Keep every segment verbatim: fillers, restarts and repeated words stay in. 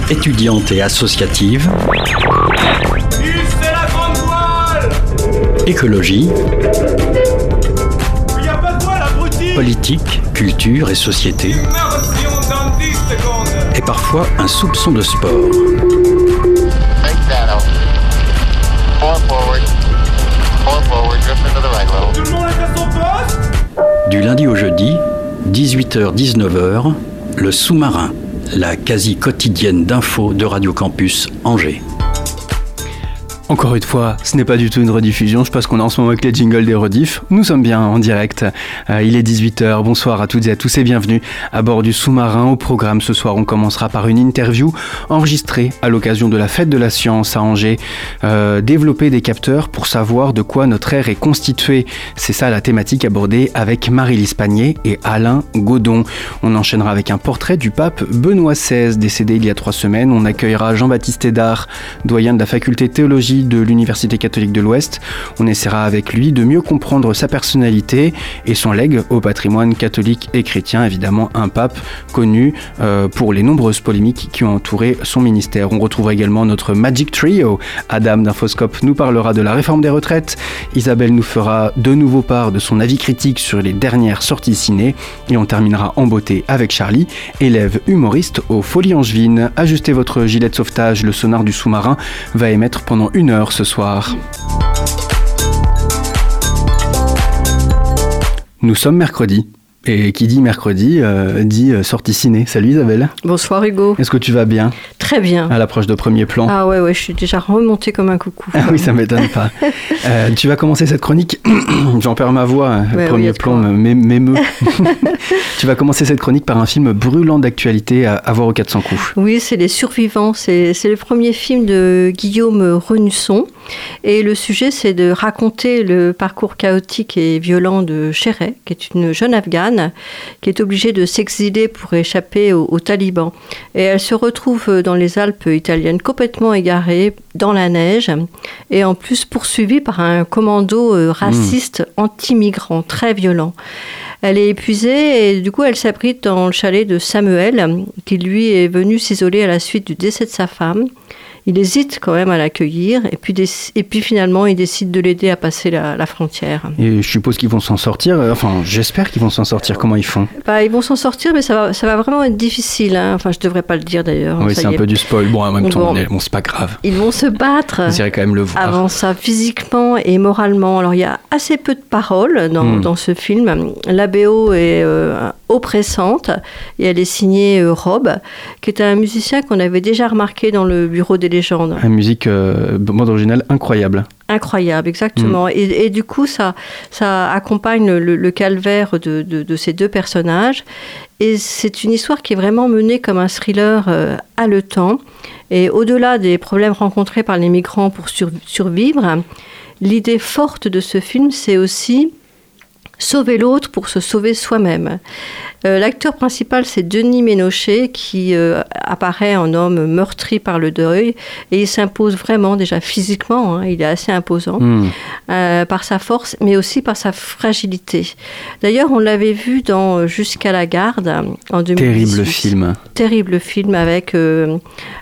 étudiante et associative, C'est la grande voile. écologie, Il n'y a pas de voile, abruti. politique, culture et société, Immersion dans dix secondes. et parfois un soupçon de sport. Take that out. Four forward. Four forward, drift into the right level. Tout le monde est à son poste. Du lundi au jeudi, dix-huit heures dix-neuf heures, le sous-marin, la quasi quotidienne d'infos de Radio Campus Angers. Encore une fois, ce n'est pas du tout une rediffusion, je pense qu'on est en ce moment avec les jingles des rediffs. Nous sommes bien en direct, euh, il est dix-huit heures, bonsoir à toutes et à tous et bienvenue à bord du sous-marin. Au programme ce soir, on commencera par une interview enregistrée à l'occasion de la fête de la science à Angers. Euh, développer des capteurs pour savoir de quoi notre air est constitué. C'est ça la thématique abordée avec Marie-Lise Pagné et Alain Godon. On enchaînera avec un portrait du pape Benoît seize, décédé il y a trois semaines. On accueillera Jean-Baptiste Hédard, doyen de la faculté théologie de l'Université catholique de l'Ouest. On essaiera avec lui de mieux comprendre sa personnalité et son legs au patrimoine catholique et chrétien. Évidemment, un pape connu euh, pour les nombreuses polémiques qui ont entouré son ministère. On retrouvera également notre Magic Trio. Adam d'Infoscope nous parlera de la réforme des retraites. Isabelle nous fera de nouveau part de son avis critique sur les dernières sorties ciné. Et on terminera en beauté avec Charlie, élève humoriste aux Folies Angevines. Ajustez votre gilet de sauvetage, le sonar du sous-marin va émettre pendant une heure ce soir. Nous sommes mercredi. Et qui dit mercredi, euh, dit euh, sortie ciné. Salut Isabelle. Bonsoir Hugo. Est-ce que tu vas bien ? Très bien. À l'approche de Premier Plan. Ah ouais, ouais, je suis déjà remontée comme un coucou. Ah oui, ça m'étonne pas. euh, tu vas commencer cette chronique, j'en perds ma voix, ouais, Premier oui, Plan m'émeut. Tu vas commencer cette chronique par un film brûlant d'actualité à, à voir aux quatre cents coups. Oui, c'est Les Survivants, c'est, c'est le premier film de Guillaume Renusson. Et le sujet, c'est de raconter le parcours chaotique et violent de Shereh, qui est une jeune Afghane, qui est obligée de s'exiler pour échapper aux, aux talibans. Et elle se retrouve dans les Alpes italiennes complètement égarée, dans la neige, et en plus poursuivie par un commando raciste mmh. anti-migrant, très violent. Elle est épuisée et du coup elle s'abrite dans le chalet de Samuel, qui lui est venu s'isoler à la suite du décès de sa femme. Il hésite quand même à l'accueillir et puis, des, et puis finalement il décide de l'aider à passer la, la frontière. Et je suppose qu'ils vont s'en sortir, enfin j'espère qu'ils vont s'en sortir, comment ils font ? Bah, ils vont s'en sortir mais ça va, ça va vraiment être difficile, hein. Enfin je devrais pas le dire d'ailleurs. Oui, ça c'est un est. peu du spoil, bon en même temps bon, bon, c'est pas grave. Ils vont se battre. Vous irez quand même le voir. Avant ça, physiquement et moralement. Alors il y a assez peu de paroles dans, mmh. dans ce film. La B O est euh, oppressante et elle est signée euh, Rob, qui est un musicien qu'on avait déjà remarqué dans le bureau des légendes. Une musique, euh, bande originale incroyable. Incroyable, exactement. Mmh. Et, et du coup, ça, ça accompagne le, le calvaire de, de, de ces deux personnages. Et c'est une histoire qui est vraiment menée comme un thriller euh, haletant. Et au-delà des problèmes rencontrés par les migrants pour sur, survivre, l'idée forte de ce film, c'est aussi sauver l'autre pour se sauver soi-même. Euh, l'acteur principal, c'est Denis Ménochet, qui euh, apparaît en homme meurtri par le deuil, et il s'impose vraiment, déjà physiquement, hein, il est assez imposant, mmh. euh, par sa force, mais aussi par sa fragilité. D'ailleurs, on l'avait vu dans Jusqu'à la garde, en deux mille dix-huit. Terrible film. Terrible film avec euh,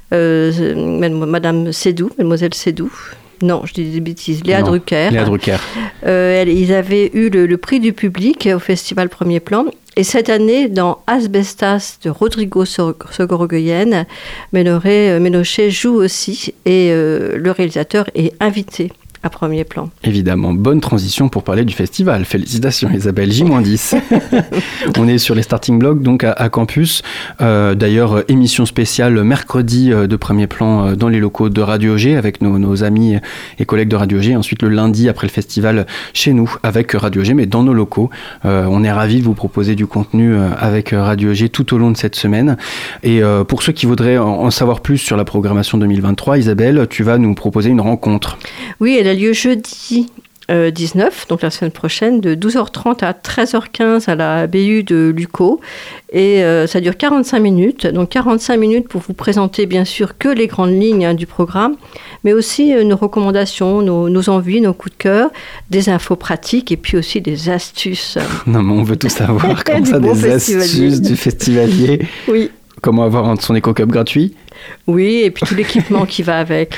euh, Madame Seydoux, Mademoiselle Seydoux. Non, je dis des bêtises. Léa non, Drucker. Léa Drucker. Euh, elle, ils avaient eu le, le prix du public au Festival Premier Plan. Et cette année, dans Asbestas de Rodrigo Sorogoyen, Ménochet joue aussi et euh, le réalisateur est invité à Premier Plan. Évidemment, bonne transition pour parler du festival. Félicitations Isabelle, J dix. On est sur les starting blocks, donc à, à Campus. Euh, d'ailleurs, émission spéciale mercredi euh, de Premier Plan euh, dans les locaux de Radio G avec nos, nos amis et collègues de Radio G. Ensuite, le lundi, après le festival, chez nous, avec Radio G, mais dans nos locaux. Euh, on est ravis de vous proposer du contenu euh, avec Radio G tout au long de cette semaine. Et euh, pour ceux qui voudraient en, en savoir plus sur la programmation deux mille vingt-trois, Isabelle, tu vas nous proposer une rencontre. Oui, elle a lieu jeudi euh, dix-neuf, donc la semaine prochaine, de douze heures trente à treize heures quinze à la B U de Lucot. Et euh, ça dure quarante-cinq minutes. Donc quarante-cinq minutes pour vous présenter bien sûr que les grandes lignes hein, du programme, mais aussi euh, nos recommandations, nos, nos envies, nos coups de cœur, des infos pratiques et puis aussi des astuces. Non mais on veut tout savoir, comme ça, des astuces du festivalier. Oui. comment avoir un son éco-cup gratuit. Oui, et puis tout l'équipement qui va avec.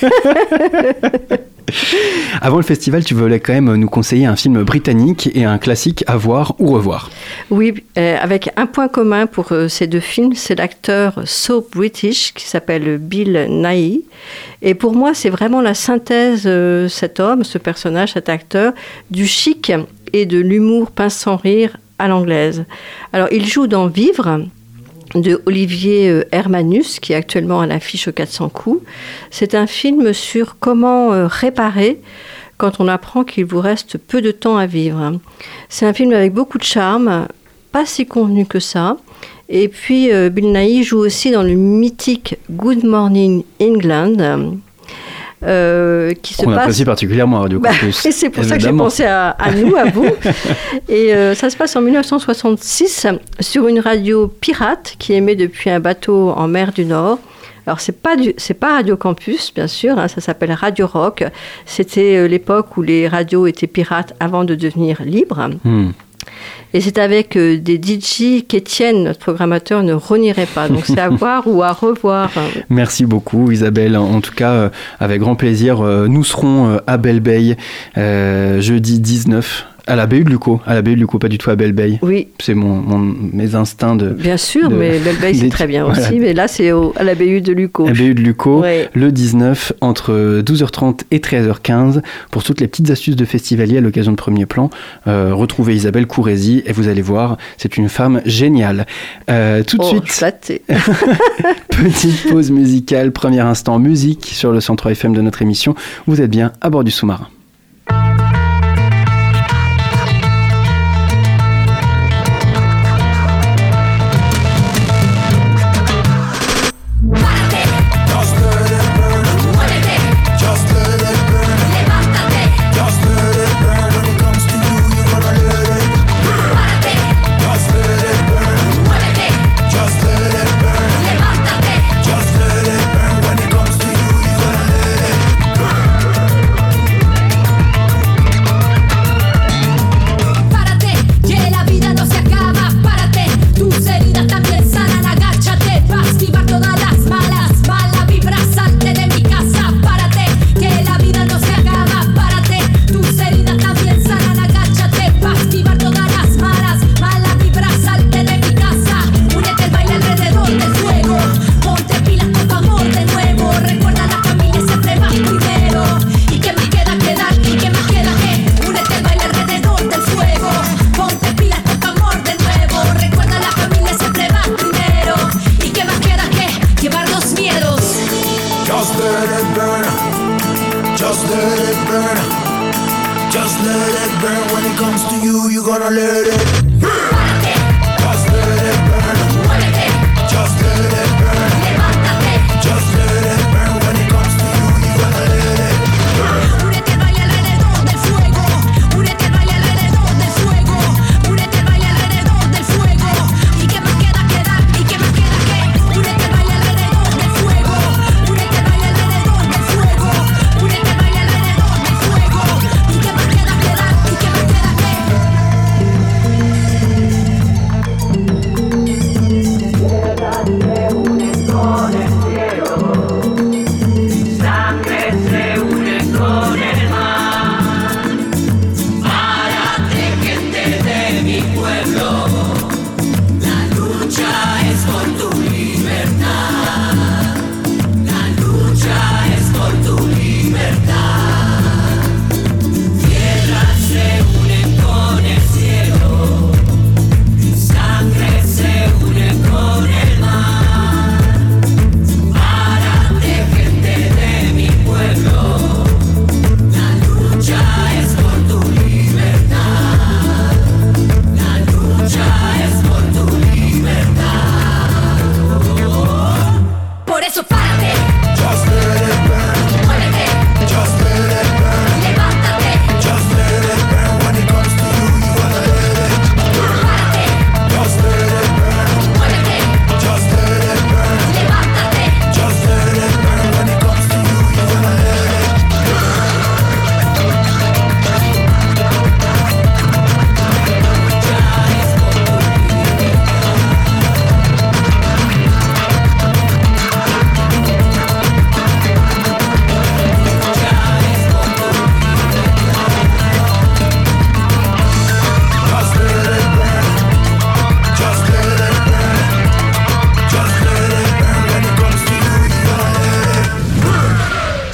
Avant le festival, tu voulais quand même nous conseiller un film britannique et un classique à voir ou revoir. Oui, euh, avec un point commun pour euh, ces deux films, c'est l'acteur so british qui s'appelle Bill Nighy. Et pour moi, c'est vraiment la synthèse, euh, cet homme, ce personnage, cet acteur, du chic et de l'humour pince sans rire à l'anglaise. Alors, il joue dans Vivre, de Olivier Hermanus, qui est actuellement à l'affiche aux quatre cents coups. C'est un film sur comment réparer quand on apprend qu'il vous reste peu de temps à vivre. C'est un film avec beaucoup de charme, pas si convenu que ça. Et puis, Bill Nighy joue aussi dans le mythique Good Morning England, Euh, qui se on passe... apprécie particulièrement Radio Campus. Bah, c'est pour évidemment. ça que j'ai pensé à, à nous, à vous. Et euh, ça se passe en dix-neuf cent soixante-six sur une radio pirate qui émet depuis un bateau en mer du Nord. Alors, c'est pas du, c'est pas Radio Campus, bien sûr, hein, ça s'appelle Radio Rock. C'était euh, l'époque où les radios étaient pirates avant de devenir libres. Hmm. Et c'est avec euh, des D J qu'Étienne, notre programmateur, ne renierait pas. Donc c'est à voir ou à revoir. Merci beaucoup Isabelle. En tout cas, euh, avec grand plaisir, euh, nous serons euh, à Belle Bay euh, jeudi dix-neuf. À la B U de Lucot, à la B U de Lucot, pas du tout à Belle Bay. Oui. C'est mon, mon, mes instincts de... Bien sûr, de, mais Belle Bay, c'est très bien voilà. aussi. Mais là, c'est au, à la B U de Lucot. La B U de Lucot, ouais. Le dix-neuf, entre douze heures trente et treize heures quinze. Pour toutes les petites astuces de festivalier à l'occasion de Premier Plan, euh, retrouvez Isabelle Courrézy et vous allez voir, c'est une femme géniale. Euh, tout de oh, suite, petite pause musicale, premier instant musique sur le cent trois F M de notre émission. Vous êtes bien à bord du sous-marin.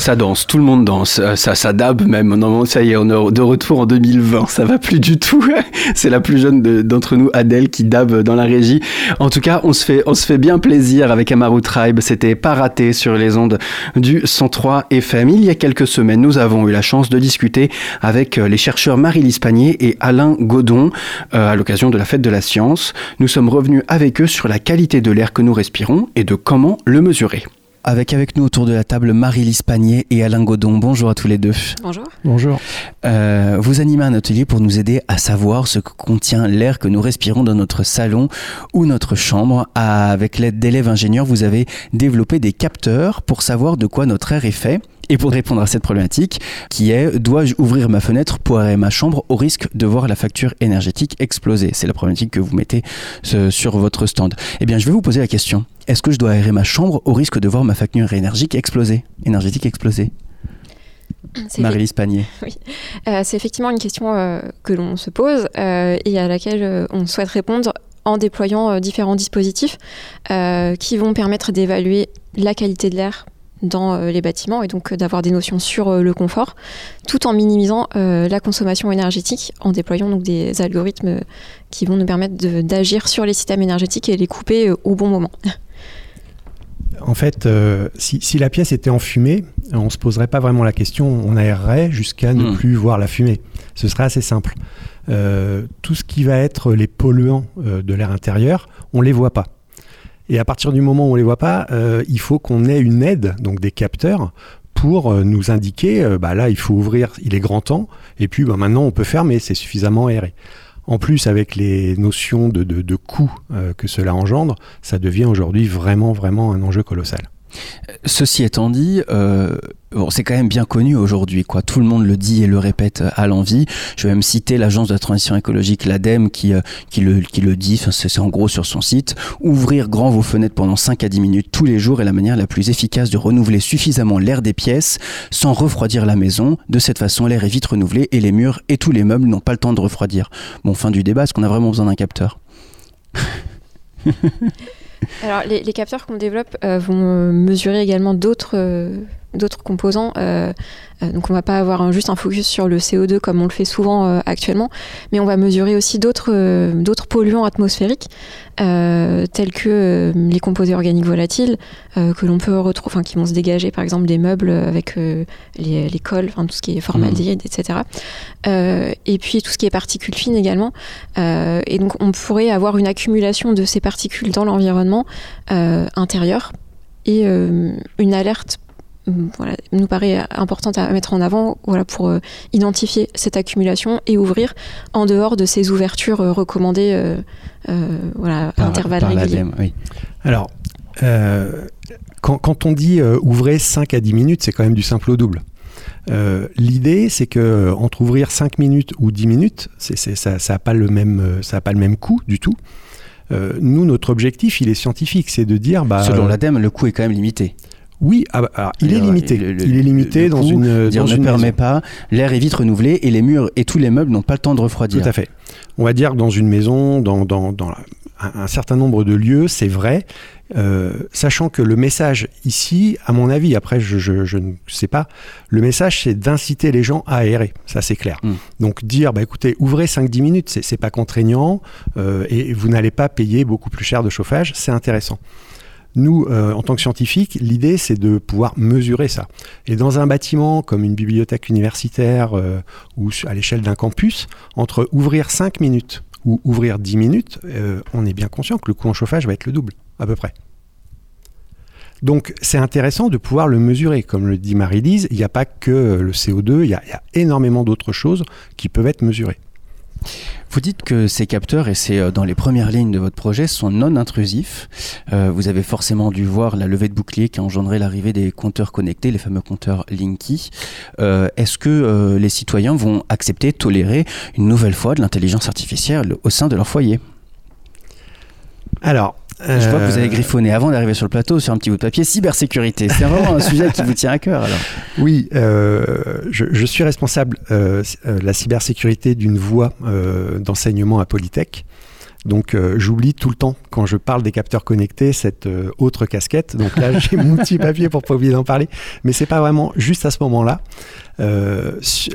Ça danse, tout le monde danse, ça, ça dabe même. Non, ça y est, on est de retour en deux mille vingt, ça va plus du tout. C'est la plus jeune de, d'entre nous, Adèle, qui dabe dans la régie. En tout cas, on se fait, on se fait bien plaisir avec Amaru Tribe. C'était pas raté sur les ondes du cent trois F M. Il y a quelques semaines, nous avons eu la chance de discuter avec les chercheurs Marie-Lise Pagné et Alain Godon euh, à l'occasion de la fête de la science. Nous sommes revenus avec eux sur la qualité de l'air que nous respirons et de comment le mesurer. Avec, avec nous autour de la table Marie-Lise Pagné et Alain Godon. Bonjour à tous les deux. Bonjour. Bonjour. Euh, vous animez un atelier pour nous aider à savoir ce que contient l'air que nous respirons dans notre salon ou notre chambre. Avec l'aide d'élèves ingénieurs, vous avez développé des capteurs pour savoir de quoi notre air est fait. Et pour répondre à cette problématique, qui est « Dois-je ouvrir ma fenêtre pour aérer ma chambre au risque de voir la facture énergétique exploser ?» C'est la problématique que vous mettez euh, sur votre stand. Eh bien, je vais vous poser la question. Est-ce que je dois aérer ma chambre au risque de voir ma facture énergique exploser énergétique exploser C'est Marie-Lise Pagné. Oui, euh, c'est effectivement une question euh, que l'on se pose euh, et à laquelle euh, on souhaite répondre en déployant euh, différents dispositifs euh, qui vont permettre d'évaluer la qualité de l'air dans euh, les bâtiments et donc euh, d'avoir des notions sur euh, le confort, tout en minimisant euh, la consommation énergétique en déployant donc des algorithmes euh, qui vont nous permettre de, d'agir sur les systèmes énergétiques et les couper euh, au bon moment. En fait, euh, si, si la pièce était en fumée, on ne se poserait pas vraiment la question, on aérerait jusqu'à ne mmh. plus voir la fumée. Ce serait assez simple. Euh, tout ce qui va être les polluants euh, de l'air intérieur, on ne les voit pas. Et à partir du moment où on ne les voit pas, euh, il faut qu'on ait une aide, donc des capteurs, pour euh, nous indiquer, euh, bah là il faut ouvrir, il est grand temps, et puis bah, maintenant on peut fermer, c'est suffisamment aéré. En plus, avec les notions de, de, de coût euh, que cela engendre, ça devient aujourd'hui vraiment, vraiment un enjeu colossal. Ceci étant dit, euh, bon, c'est quand même bien connu aujourd'hui, quoi. Tout le monde le dit et le répète à l'envi. Je vais même citer l'agence de la transition écologique, l'ADEME, qui, euh, qui, le, qui le dit, enfin, c'est, c'est en gros sur son site. Ouvrir grand vos fenêtres pendant cinq à dix minutes tous les jours est la manière la plus efficace de renouveler suffisamment l'air des pièces sans refroidir la maison. De cette façon, l'air est vite renouvelé et les murs et tous les meubles n'ont pas le temps de refroidir. Bon, fin du débat, est-ce qu'on a vraiment besoin d'un capteur ? Alors, les, les capteurs qu'on développe euh, vont mesurer également d'autres, euh, d'autres composants. Euh, euh, donc, on ne va pas avoir un, juste un focus sur le C O deux comme on le fait souvent euh, actuellement, mais on va mesurer aussi d'autres, euh, d'autres polluants atmosphériques, euh, tels que euh, les composés organiques volatiles, euh, que l'on peut retrouver, enfin, qui vont se dégager, par exemple, des meubles avec euh, les, les cols, enfin, tout ce qui est formaldéhyde, mmh. et cetera. Euh, et puis, tout ce qui est particules fines également. Euh, et donc, on pourrait avoir une accumulation de ces particules dans l'environnement euh, intérieur et euh, une alerte voilà, nous paraît importante à mettre en avant voilà, pour euh, identifier cette accumulation et ouvrir en dehors de ces ouvertures euh, recommandées euh, euh, voilà, à intervalles réguliers. Oui. Alors, euh, quand, quand on dit euh, ouvrez cinq à dix minutes, c'est quand même du simple au double. Euh, l'idée, c'est que euh, entre ouvrir cinq minutes ou dix minutes, c'est, c'est, ça n'a pas le même, ça a pas le même coût du tout. Euh, nous, notre objectif, il est scientifique, c'est de dire... Bah, Selon euh, l'ADEME, le coût est quand même limité. Oui, ah bah, alors, il, est limité. Le, le, il est limité. Il est limité dans coût, une dans on une ne permet maison. pas, l'air est vite renouvelé et les murs et tous les meubles n'ont pas le temps de refroidir. Tout à fait. On va dire que dans une maison, dans, dans, dans la, un, un certain nombre de lieux, c'est vrai, euh, sachant que le message ici, à mon avis, après je, je, je ne sais pas, le message c'est d'inciter les gens à aérer, ça c'est clair. Mmh. Donc dire, bah, écoutez, ouvrez cinq à dix minutes, c'est, c'est pas contraignant euh, et vous n'allez pas payer beaucoup plus cher de chauffage, c'est intéressant. Nous, euh, en tant que scientifiques, l'idée, c'est de pouvoir mesurer ça. Et dans un bâtiment comme une bibliothèque universitaire euh, ou à l'échelle d'un campus, entre ouvrir cinq minutes ou ouvrir dix minutes, euh, on est bien conscient que le coût en chauffage va être le double, à peu près. Donc, c'est intéressant de pouvoir le mesurer. Comme le dit Marie-Lise, il n'y a pas que le C O deux, il y a, il y a énormément d'autres choses qui peuvent être mesurées. Vous dites que ces capteurs, et c'est dans les premières lignes de votre projet, sont non intrusifs. Euh, vous avez forcément dû voir la levée de bouclier qui a engendré l'arrivée des compteurs connectés, les fameux compteurs Linky. Euh, est-ce que euh, les citoyens vont accepter, tolérer une nouvelle fois de l'intelligence artificielle au sein de leur foyer ? Alors, Euh... Je vois que vous avez griffonné avant d'arriver sur le plateau sur un petit bout de papier cybersécurité. C'est vraiment un sujet qui vous tient à cœur alors. Oui, euh, je, je suis responsable euh, de la cybersécurité d'une voie euh, d'enseignement à Polytech. Donc euh, j'oublie tout le temps, quand je parle des capteurs connectés, cette euh, autre casquette. Donc là, j'ai mon petit papier pour pas oublier d'en parler. Mais c'est pas vraiment juste à ce moment-là. Euh,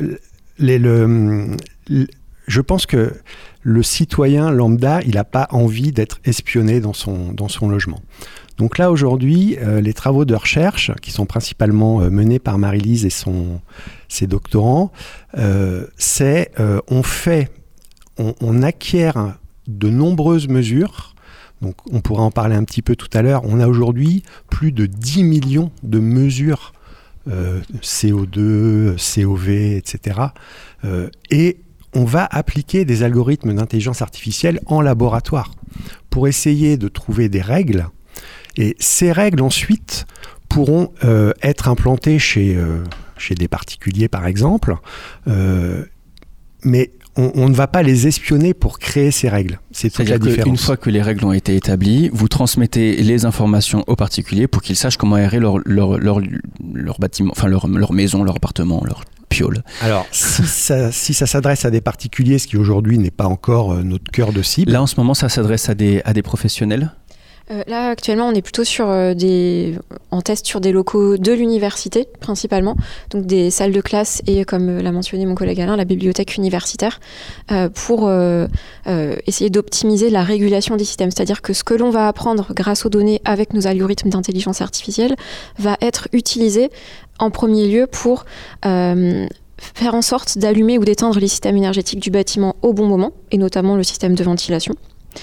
les, le, le, je pense que le citoyen lambda, il n'a pas envie d'être espionné dans son, dans son logement. Donc là, aujourd'hui, euh, les travaux de recherche, qui sont principalement euh, menés par Marie-Lise et son, ses doctorants, euh, c'est euh, on fait, on, on acquiert de nombreuses mesures. Donc on pourra en parler un petit peu tout à l'heure. On a aujourd'hui plus de dix millions de mesures euh, C O deux, C O V, et cetera. Euh, et on va appliquer des algorithmes d'intelligence artificielle en laboratoire pour essayer de trouver des règles. Et ces règles, ensuite, pourront euh, être implantées chez, euh, chez des particuliers, par exemple. Euh, mais on, on ne va pas les espionner pour créer ces règles. C'est toute la différence. Une fois que les règles ont été établies, vous transmettez les informations aux particuliers pour qu'ils sachent comment aérer leur, leur, leur, leur bâtiment, enfin leur, leur maison, leur appartement, leur... Alors, si ça, si ça s'adresse à des particuliers, ce qui aujourd'hui n'est pas encore euh, notre cœur de cible. Là, en ce moment, ça s'adresse à des, à des professionnels ? Euh, là, actuellement, on est plutôt sur euh, des, en test sur des locaux de l'université, principalement. Donc, des salles de classe et, comme euh, l'a mentionné mon collègue Alain, la bibliothèque universitaire, euh, pour euh, euh, essayer d'optimiser la régulation des systèmes. C'est-à-dire que ce que l'on va apprendre grâce aux données avec nos algorithmes d'intelligence artificielle va être utilisé en premier lieu pour euh, faire en sorte d'allumer ou d'éteindre les systèmes énergétiques du bâtiment au bon moment, et notamment le système de ventilation.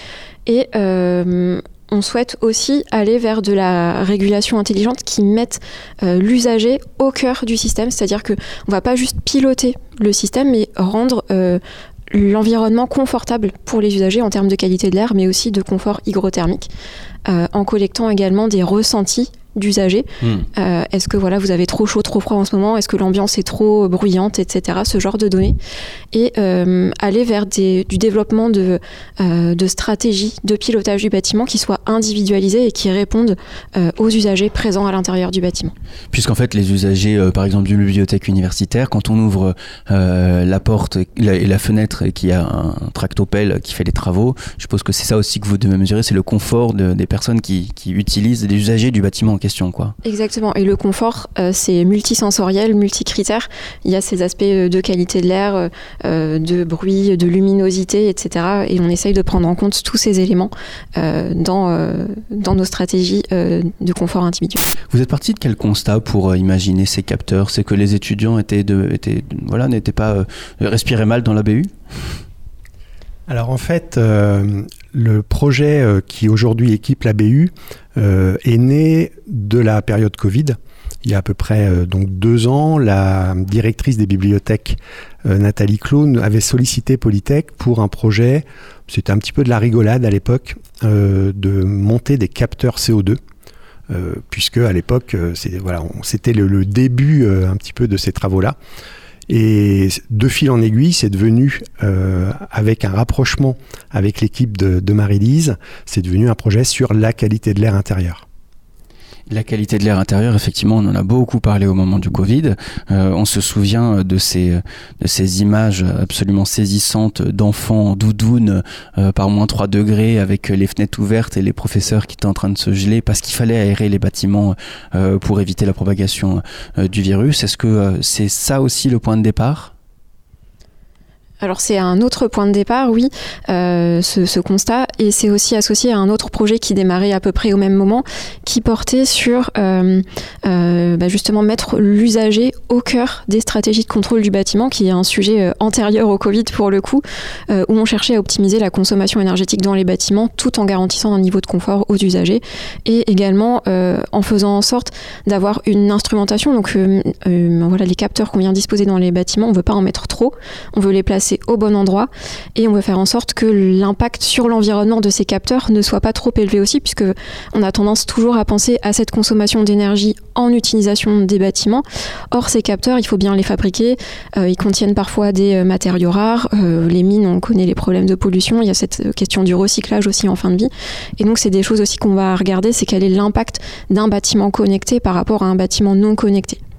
Et euh, on souhaite aussi aller vers de la régulation intelligente qui mette euh, l'usager au cœur du système, c'est-à-dire qu'on ne va pas juste piloter le système, mais rendre euh, l'environnement confortable pour les usagers en termes de qualité de l'air, mais aussi de confort hygrothermique, euh, en collectant également des ressentis d'usagers. Mmh. Euh, est-ce que voilà, vous avez trop chaud, trop froid en ce moment ? Est-ce que l'ambiance est trop bruyante, et cetera. Ce genre de données. Et euh, aller vers des, du développement de, euh, de stratégies de pilotage du bâtiment qui soient individualisées et qui répondent euh, aux usagers présents à l'intérieur du bâtiment. Puisqu'en fait, les usagers, euh, par exemple, d'une bibliothèque universitaire, quand on ouvre euh, la porte et la, la fenêtre et qu'il y a un tractopelle qui fait les travaux, je suppose que c'est ça aussi que vous devez mesurer, c'est le confort de, des personnes qui, qui utilisent, des usagers du bâtiment. Question, quoi. Exactement, et le confort euh, c'est multisensoriel, multicritère. Il y a ces aspects de qualité de l'air, euh, de bruit, de luminosité, et cetera. Et on essaye de prendre en compte tous ces éléments euh, dans, euh, dans nos stratégies euh, de confort individuel. Vous êtes parti de quel constat pour euh, imaginer ces capteurs ? C'est que les étudiants étaient de, étaient, voilà, n'étaient pas euh, respiraient mal dans la B U ? Alors en fait, euh, le projet euh, qui aujourd'hui équipe la B U euh, est né de la période Covid. Il y a à peu près euh, donc deux ans, la directrice des bibliothèques, euh, Nathalie Clone, avait sollicité Polytech pour un projet, c'était un petit peu de la rigolade à l'époque, euh, de monter des capteurs C O deux. Euh, puisque à l'époque, euh, c'est, voilà, on, c'était le, le début euh, un petit peu de ces travaux-là. Et de fil en aiguille, c'est devenu, euh, avec un rapprochement avec l'équipe de, de Marie-Lise, c'est devenu un projet sur la qualité de l'air intérieur. La qualité de l'air intérieur, effectivement, on en a beaucoup parlé au moment du Covid. Euh, on se souvient de ces, de ces images absolument saisissantes d'enfants en doudoune euh, par moins trois degrés avec les fenêtres ouvertes et les professeurs qui étaient en train de se geler parce qu'il fallait aérer les bâtiments euh, pour éviter la propagation euh, du virus. Est-ce que euh, c'est ça aussi le point de départ ? Alors c'est un autre point de départ, oui, euh, ce, ce constat, et c'est aussi associé à un autre projet qui démarrait à peu près au même moment, qui portait sur euh, euh, bah justement mettre l'usager au cœur des stratégies de contrôle du bâtiment, qui est un sujet euh, antérieur au Covid pour le coup, euh, où on cherchait à optimiser la consommation énergétique dans les bâtiments tout en garantissant un niveau de confort aux usagers, et également euh, en faisant en sorte d'avoir une instrumentation. Donc euh, euh, voilà, les capteurs qu'on vient disposer dans les bâtiments, on ne veut pas en mettre trop, on veut les placer au bon endroit et on veut faire en sorte que l'impact sur l'environnement de ces capteurs ne soit pas trop élevé aussi, puisque on a tendance toujours à penser à cette consommation d'énergie en utilisation des bâtiments. Or ces capteurs, il faut bien les fabriquer, euh, ils contiennent parfois des euh, matériaux rares, euh, les mines, on connaît les problèmes de pollution, il y a cette question du recyclage aussi en fin de vie, et donc c'est des choses aussi qu'on va regarder, c'est quel est l'impact d'un bâtiment connecté par rapport à un bâtiment non connecté.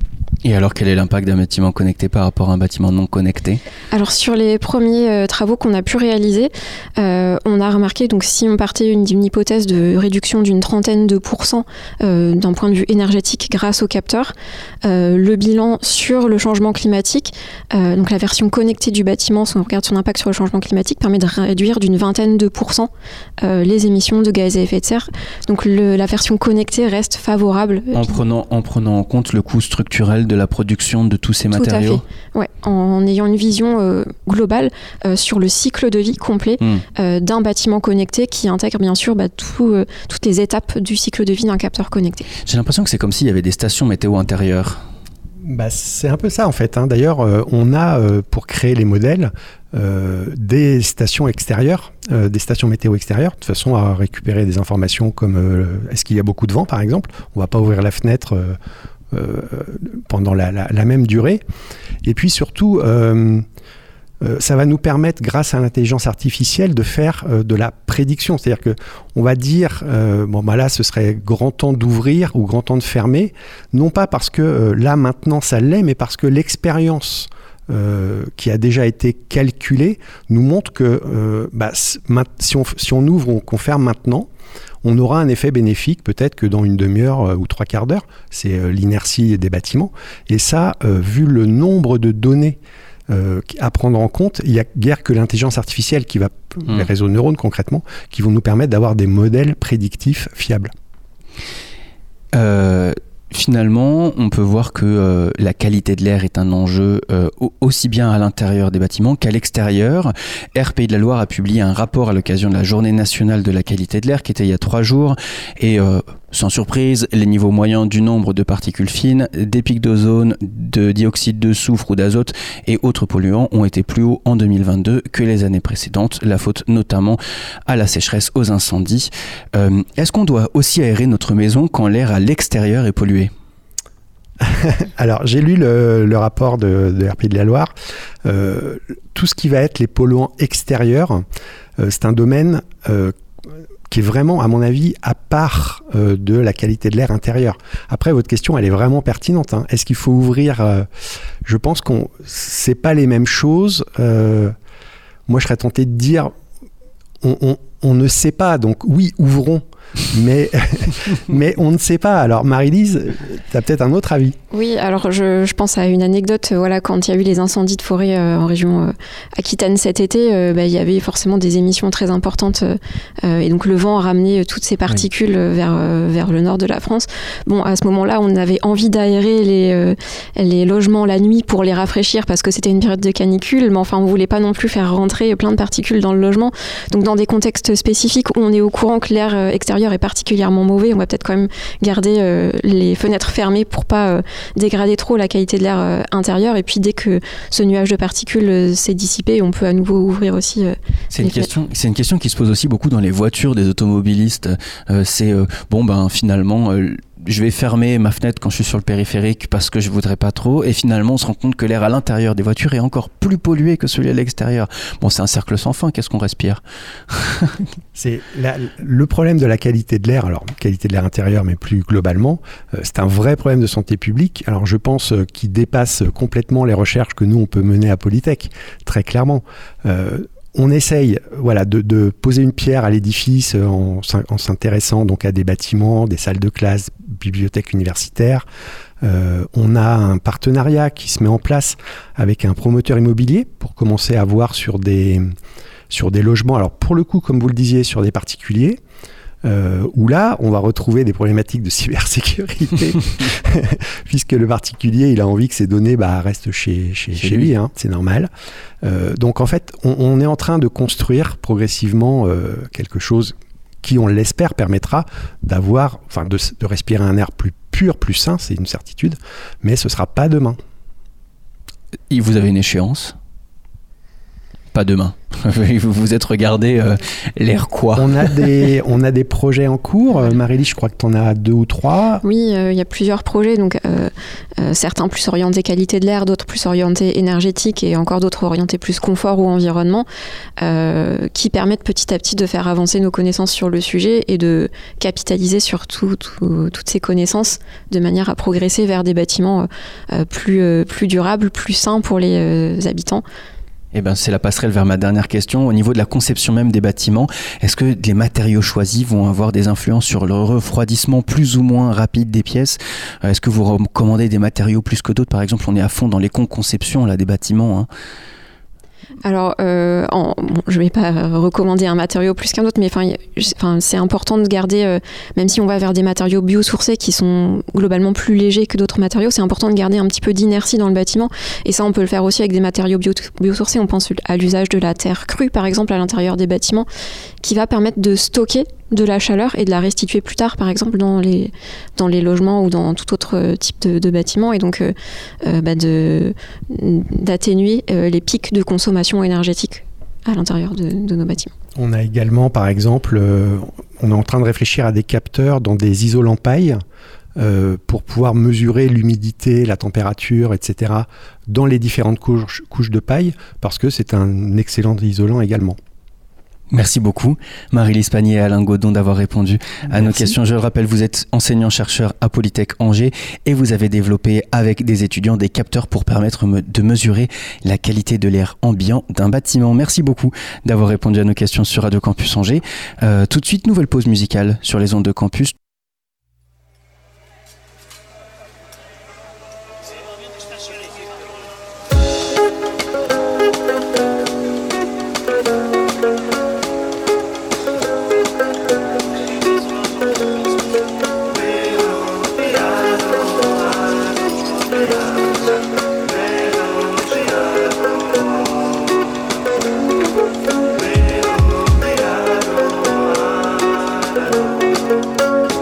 Et alors, quel est l'impact d'un bâtiment connecté par rapport à un bâtiment non connecté ? Alors, sur les premiers euh, travaux qu'on a pu réaliser, euh, on a remarqué, donc si on partait une, d'une hypothèse de réduction d'une trentaine de pourcents euh, d'un point de vue énergétique grâce aux capteurs, euh, le bilan sur le changement climatique, euh, donc la version connectée du bâtiment, si on regarde son impact sur le changement climatique, permet de réduire d'une vingtaine de pourcents euh, les émissions de gaz à effet de serre. Donc, le, la version connectée reste favorable. En prenant, en prenant en compte le coût structurel de la production de tous ces Tout matériaux. à fait. Ouais, en, en ayant une vision euh, globale euh, sur le cycle de vie complet mmh. euh, d'un bâtiment connecté qui intègre bien sûr bah, tout, euh, toutes les étapes du cycle de vie d'un capteur connecté. J'ai l'impression que c'est comme s'il y avait des stations météo intérieures. Bah, c'est un peu ça en fait. Hein. D'ailleurs, euh, on a euh, pour créer les modèles euh, des stations extérieures, euh, des stations météo extérieures, de façon à récupérer des informations comme euh, est-ce qu'il y a beaucoup de vent par exemple. On ne va pas ouvrir la fenêtre euh, Euh, pendant la, la, la même durée. Et puis surtout, euh, euh, ça va nous permettre, grâce à l'intelligence artificielle, de faire euh, de la prédiction. C'est-à-dire qu'on va dire, euh, bon bah là, ce serait grand temps d'ouvrir ou grand temps de fermer, non pas parce que euh, là, maintenant, ça l'est, mais parce que l'expérience Euh, qui a déjà été calculée nous montre que euh, bah, si, on, si on ouvre ou qu'on ferme maintenant, on aura un effet bénéfique peut-être que dans une demi-heure euh, ou trois quarts d'heure. C'est euh, l'inertie des bâtiments. Et ça, euh, vu le nombre de données euh, à prendre en compte, il n'y a guère que l'intelligence artificielle, qui va, mmh. les réseaux de neurones concrètement, qui vont nous permettre d'avoir des modèles prédictifs fiables. Euh... Finalement, on peut voir que euh, la qualité de l'air est un enjeu euh, aussi bien à l'intérieur des bâtiments qu'à l'extérieur. Air Pays de la Loire a publié un rapport à l'occasion de la Journée nationale de la qualité de l'air qui était il y a trois jours. Et euh, sans surprise, les niveaux moyens du nombre de particules fines, des pics d'ozone, de dioxyde de soufre ou d'azote et autres polluants ont été plus hauts en deux mille vingt-deux que les années précédentes. La faute notamment à la sécheresse, aux incendies. Euh, est-ce qu'on doit aussi aérer notre maison quand l'air à l'extérieur est pollué ? Alors, j'ai lu le, le rapport de, de Air Pays de la Loire. Euh, tout ce qui va être les polluants extérieurs, euh, c'est un domaine euh, qui est vraiment, à mon avis, à part euh, de la qualité de l'air intérieur. Après, votre question, elle est vraiment pertinente. Hein. Est-ce qu'il faut ouvrir euh, Je pense qu'on, c'est pas les mêmes choses. Euh, moi, je serais tenté de dire, on, on, on ne sait pas. Donc, oui, ouvrons. mais, mais on ne sait pas. Alors Marie-Lise, tu as peut-être un autre avis. Oui, alors je, je pense à une anecdote. Voilà, quand il y a eu les incendies de forêt euh, en région euh, Aquitaine cet été, euh, bah, il y avait forcément des émissions très importantes euh, et donc le vent a ramené toutes ces particules oui. vers, euh, vers le nord de la France. Bon, à ce moment-là, on avait envie d'aérer les, euh, les logements la nuit pour les rafraîchir parce que c'était une période de canicule, mais enfin on ne voulait pas non plus faire rentrer plein de particules dans le logement. Donc dans des contextes spécifiques où on est au courant que l'air extérieur est particulièrement mauvais, on va peut-être quand même garder euh, les fenêtres fermées pour pas euh, dégrader trop la qualité de l'air euh, intérieur. Et puis dès que ce nuage de particules euh, s'est dissipé, on peut à nouveau ouvrir aussi euh, c'est une question c'est une question qui se pose aussi beaucoup dans les voitures des automobilistes. Euh, c'est euh, bon ben finalement euh, je vais fermer ma fenêtre quand je suis sur le périphérique parce que je voudrais pas trop, et finalement on se rend compte que l'air à l'intérieur des voitures est encore plus pollué que celui à l'extérieur. Bon, c'est un cercle sans fin, qu'est-ce qu'on respire? C'est la, le problème de la qualité de l'air, alors qualité de l'air intérieur mais plus globalement, euh, c'est un vrai problème de santé publique, alors je pense euh, qu'il dépasse complètement les recherches que nous on peut mener à Polytech, très clairement. Euh, On essaye voilà, de, de poser une pierre à l'édifice en, en s'intéressant donc à des bâtiments, des salles de classe, bibliothèques universitaires. Euh, on a un partenariat qui se met en place avec un promoteur immobilier pour commencer à voir sur des, sur des logements. Alors pour le coup, comme vous le disiez, sur des particuliers. Euh, où là, on va retrouver des problématiques de cybersécurité, puisque le particulier, il a envie que ses données bah, restent chez, chez, chez, chez lui, lui hein, c'est normal. Euh, donc en fait, on, on est en train de construire progressivement euh, quelque chose qui, on l'espère, permettra d'avoir, enfin, de, de respirer un air plus pur, plus sain, c'est une certitude, mais ce ne sera pas demain. Et vous avez une échéance ? pas demain. Vous vous êtes regardé euh, l'air quoi? On a des, on a des projets en cours. Marie-Lise, je crois que tu en as deux ou trois. Oui, il euh, y a plusieurs projets, donc euh, euh, certains plus orientés qualité de l'air, d'autres plus orientés énergétique et encore d'autres orientés plus confort ou environnement, euh, qui permettent petit à petit de faire avancer nos connaissances sur le sujet et de capitaliser sur tout, tout, toutes ces connaissances de manière à progresser vers des bâtiments euh, plus, euh, plus durables, plus sains pour les euh, habitants. Eh ben, c'est la passerelle vers ma dernière question. Au niveau de la conception même des bâtiments, est-ce que les matériaux choisis vont avoir des influences sur le refroidissement plus ou moins rapide des pièces? Est-ce que vous recommandez des matériaux plus que d'autres? Par exemple, on est à fond dans l'éco-conception là, des bâtiments, hein. Alors, euh, en, bon, je ne vais pas recommander un matériau plus qu'un autre, mais c'est important de garder, euh, même si on va vers des matériaux biosourcés qui sont globalement plus légers que d'autres matériaux, c'est important de garder un petit peu d'inertie dans le bâtiment. Et ça, on peut le faire aussi avec des matériaux bio, biosourcés. On pense à l'usage de la terre crue, par exemple, à l'intérieur des bâtiments, qui va permettre de stocker de la chaleur et de la restituer plus tard, par exemple, dans les, dans les logements ou dans tout autre type de, de bâtiment, et donc euh, euh, bah de, d'atténuer euh, les pics de consommation énergétique à l'intérieur de, de nos bâtiments. On a également, par exemple, euh, on est en train de réfléchir à des capteurs dans des isolants paille euh, pour pouvoir mesurer l'humidité, la température, et cetera dans les différentes couches, couches de paille, parce que c'est un excellent isolant également. Merci beaucoup, Marie-Lise Pagnier et Alain Godon, d'avoir répondu à Merci. Nos questions. Je le rappelle, vous êtes enseignant-chercheur à Polytech Angers et vous avez développé avec des étudiants des capteurs pour permettre de mesurer la qualité de l'air ambiant d'un bâtiment. Merci beaucoup d'avoir répondu à nos questions sur Radio Campus Angers. Euh, tout de suite, nouvelle pause musicale sur les ondes de campus. Thank you.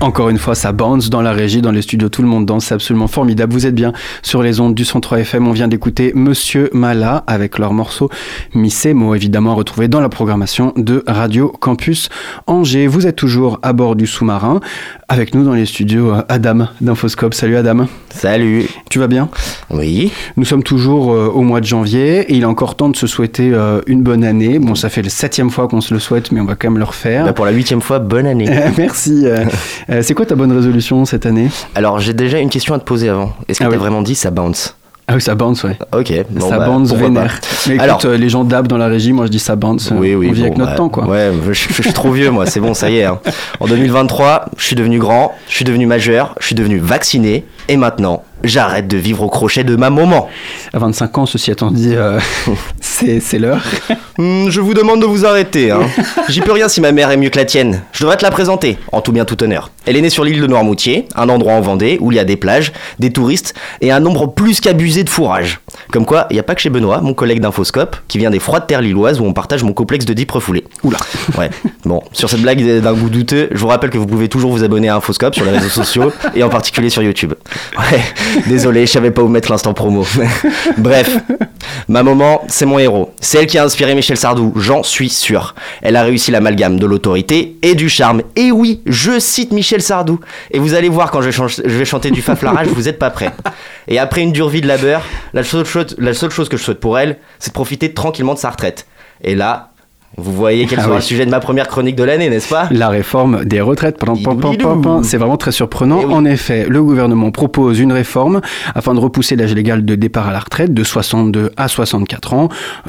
Encore une fois, ça bounce dans la régie, dans les studios, tout le monde danse, c'est absolument formidable. Vous êtes bien sur les ondes du cent trois F M. On vient d'écouter Monsieur Mala avec leur morceau Missemo, évidemment à retrouver dans la programmation de Radio Campus Angers. Vous êtes toujours à bord du sous-marin. Avec nous dans les studios, Adam d'Infoscope. Salut Adam. Salut. Tu vas bien ? Oui. Nous sommes toujours euh, au mois de janvier et il est encore temps de se souhaiter euh, une bonne année. Bon, ça fait la septième fois qu'on se le souhaite, mais on va quand même le refaire. Bah pour la huitième fois, bonne année. Merci. Euh, euh, c'est quoi ta bonne résolution cette année ? Alors, j'ai déjà une question à te poser avant. Est-ce que ah tu as oui. vraiment dit ça bounce ? Ah oui, ça bounce, ouais. Ok. Bon, ça bah, bounce vénère. Pas. Mais écoute, Alors, euh, les gens d'Ab dans la régie, moi je dis ça bounce. Oui, oui, on vit bon, avec notre bah, temps, quoi. Ouais, je, je, je suis trop vieux, moi, c'est bon, ça y est. Hein. En deux mille vingt-trois, je suis devenu grand, je suis devenu majeur, je suis devenu vacciné, et maintenant, j'arrête de vivre au crochet de ma maman. À vingt-cinq ans, ceci étant dit, euh, c'est, c'est l'heure. Mmh, je vous demande de vous arrêter. Hein. J'y peux rien si ma mère est mieux que la tienne. Je devrais te la présenter, en tout bien tout honneur. Elle est née sur l'île de Noirmoutier, un endroit en Vendée où il y a des plages, des touristes et un nombre plus qu'abusé de fourrage. Comme quoi, il n'y a pas que chez Benoît, mon collègue d'Infoscope, qui vient des froides terres lilloises où on partage mon complexe de dix refoulés. Oula. Ouais. Bon, sur cette blague d'un goût douteux, je vous rappelle que vous pouvez toujours vous abonner à Infoscope sur les réseaux sociaux et en particulier sur YouTube. Ouais, désolé, je savais pas où mettre l'instant promo. Bref, ma maman, c'est mon héros. C'est elle qui a inspiré Michel Sardou, j'en suis sûr. Elle a réussi l'amalgame de l'autorité et du charme. Et oui, je cite Michel Sardou. Et vous allez voir quand je vais, ch- je vais chanter du faflarage, vous êtes pas prêts. Et après une dure vie de labeur, la seule chose, la seule chose que je souhaite pour elle, c'est de profiter tranquillement de sa retraite. Et là, vous voyez quel Ah sera oui. le sujet de ma première chronique de l'année, n'est-ce pas ? La réforme des retraites. Pam, pam, pam, pam, pam. C'est vraiment très surprenant. Eh oui. En effet, le gouvernement propose une réforme afin de repousser l'âge légal de départ à la retraite de soixante-deux à soixante-quatre ans,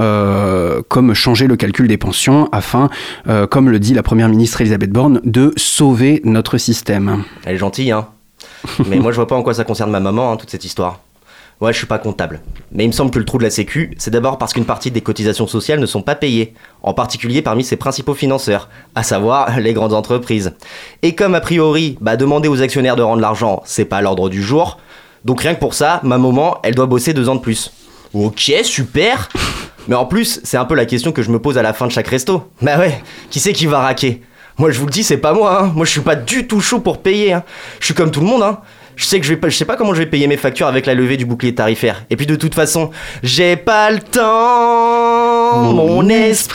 euh, comme changer le calcul des pensions afin, euh, comme le dit la première ministre Elisabeth Borne, de sauver notre système. Elle est gentille, hein. Mais moi, je vois pas en quoi ça concerne ma maman, hein, toute cette histoire. Ouais, je suis pas comptable. Mais il me semble que le trou de la Sécu, c'est d'abord parce qu'une partie des cotisations sociales ne sont pas payées, en particulier parmi ses principaux financeurs, à savoir les grandes entreprises. Et comme a priori, bah, demander aux actionnaires de rendre l'argent, c'est pas à l'ordre du jour, donc rien que pour ça, ma maman, elle doit bosser deux ans de plus. Ok, super. Mais en plus, c'est un peu la question que je me pose à la fin de chaque resto. Bah ouais, qui c'est qui va raquer ? Moi, je vous le dis, c'est pas moi, hein. Moi, je suis pas du tout chaud pour payer, hein. Je suis comme tout le monde, hein. Je sais que je vais pas, je sais pas comment je vais payer mes factures avec la levée du bouclier tarifaire. Et puis de toute façon, j'ai pas le temps. Mon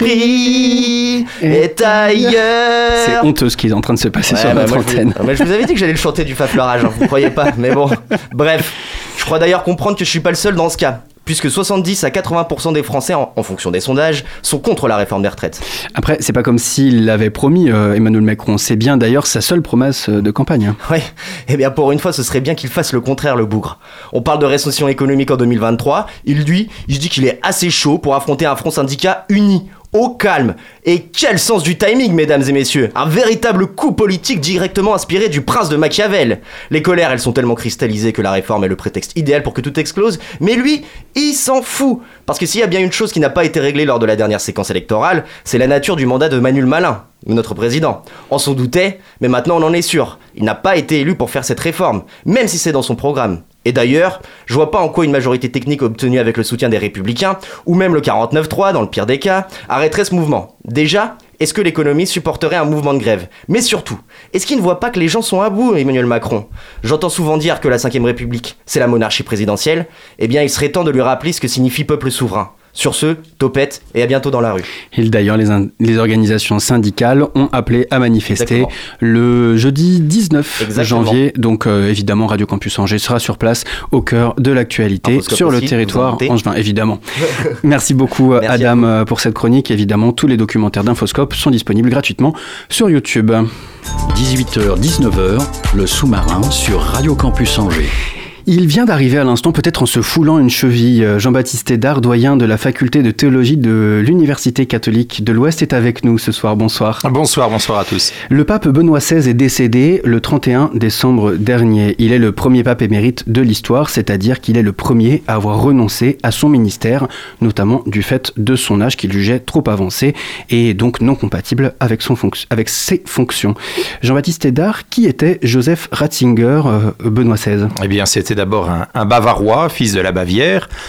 esprit est ailleurs. C'est honteux ce qui est en train de se passer Ouais, sur bah notre moi, je antenne. vous, mais je vous avais dit que j'allais le chanter du faflarage, hein, vous croyez pas, mais bon. Bref, je crois d'ailleurs comprendre que je suis pas le seul dans ce cas. Puisque soixante-dix à quatre-vingts pour cent des Français, en, en fonction des sondages, sont contre la réforme des retraites. Après, c'est pas comme s'il l'avait promis, euh, Emmanuel Macron. C'est bien d'ailleurs sa seule promesse euh, de campagne. Hein. Ouais, eh bien pour une fois, ce serait bien qu'il fasse le contraire, le bougre. On parle de récession économique en deux mille vingt-trois. Il, lui, il se dit qu'il est assez chaud pour affronter un front syndicat uni, au calme. Et quel sens du timing, mesdames et messieurs. Un véritable coup politique directement inspiré du prince de Machiavel. Les colères, elles sont tellement cristallisées que la réforme est le prétexte idéal pour que tout explose. Mais lui, il s'en fout. Parce que s'il y a bien une chose qui n'a pas été réglée lors de la dernière séquence électorale, c'est la nature du mandat de Manuel Malin, notre président. On s'en doutait, mais maintenant on en est sûr. Il n'a pas été élu pour faire cette réforme, même si c'est dans son programme. Et d'ailleurs, je vois pas en quoi une majorité technique obtenue avec le soutien des Républicains, ou même le quarante-neuf trois dans le pire des cas, arrêterait ce mouvement. Déjà, est-ce que l'économie supporterait un mouvement de grève ? Mais surtout, est-ce qu'il ne voit pas que les gens sont à bout, Emmanuel Macron ? J'entends souvent dire que la cinquième République, c'est la monarchie présidentielle. Eh bien, il serait temps de lui rappeler ce que signifie peuple souverain. Sur ce, topette et à bientôt dans la rue. Et d'ailleurs, les, in- les organisations syndicales ont appelé à manifester Exactement. le jeudi dix-neuf Exactement. janvier. Donc euh, évidemment, Radio Campus Angers sera sur place au cœur de l'actualité Infoscope sur le aussi, territoire vous invitez. angevin, évidemment. Merci beaucoup Merci à Adam vous. euh, pour cette chronique. Évidemment, tous les documentaires d'Infoscope sont disponibles gratuitement sur YouTube. dix-huit heures dix-neuf heures, le sous-marin sur Radio Campus Angers. Il vient d'arriver à l'instant, peut-être en se foulant une cheville. Jean-Baptiste Hédard, doyen de la faculté de théologie de l'Université catholique de l'Ouest, est avec nous ce soir. Bonsoir. Bonsoir, bonsoir à tous. Le pape Benoît seize est décédé le trente et un décembre dernier. Il est le premier pape émérite de l'histoire, c'est-à-dire qu'il est le premier à avoir renoncé à son ministère, notamment du fait de son âge qu'il jugeait trop avancé et donc non compatible avec, son fonc- avec ses fonctions. Jean-Baptiste Hédard, qui était Joseph Ratzinger, euh, Benoît seize ? Eh bien, c'était d'abord un, un Bavarois, fils de la Bavière,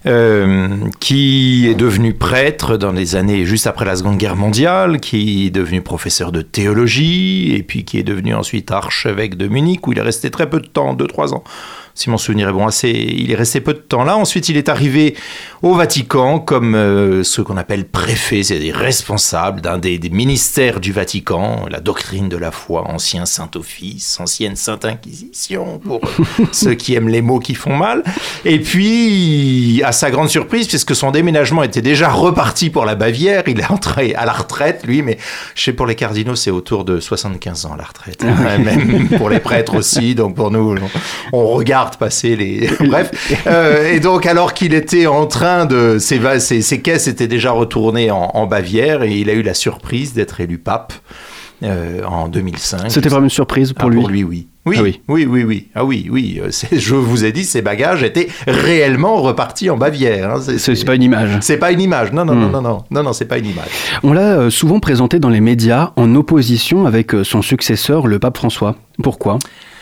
euh, qui est devenu prêtre dans les années juste après la Seconde Guerre mondiale, qui est devenu professeur de théologie, et puis qui est devenu ensuite archevêque de Munich, où il est resté très peu de temps, deux trois ans. Si mon souvenir est bon, assez, il est resté peu de temps là. Ensuite, il est arrivé au Vatican comme euh, ce qu'on appelle préfet, c'est-à-dire responsable d'un des, des ministères du Vatican, la doctrine de la foi, ancien Saint-Office, ancienne Sainte Inquisition, pour ceux qui aiment les mots qui font mal. Et puis, à sa grande surprise, puisque son déménagement était déjà reparti pour la Bavière, il est entré à la retraite, lui, mais je sais, pour les cardinaux, c'est autour de soixante-quinze ans la retraite. Même pour les prêtres aussi, donc pour nous, on regarde passer les... Bref. Euh, et donc, alors qu'il était en train de... Ses, ses, ses caisses étaient déjà retournées en, en Bavière et il a eu la surprise d'être élu pape euh, en deux mille cinq. C'était vraiment une surprise pour ah, lui Pour lui, oui. Oui, ah oui, oui, oui, oui. Ah oui, oui. C'est, je vous ai dit, ses bagages étaient réellement repartis en Bavière. Hein. C'est, c'est, c'est pas une image. C'est pas une image. Non, non, mmh. non, non, non, non, non, c'est pas une image. On l'a euh, souvent présenté dans les médias en opposition avec euh, son successeur, le pape François. Pourquoi ?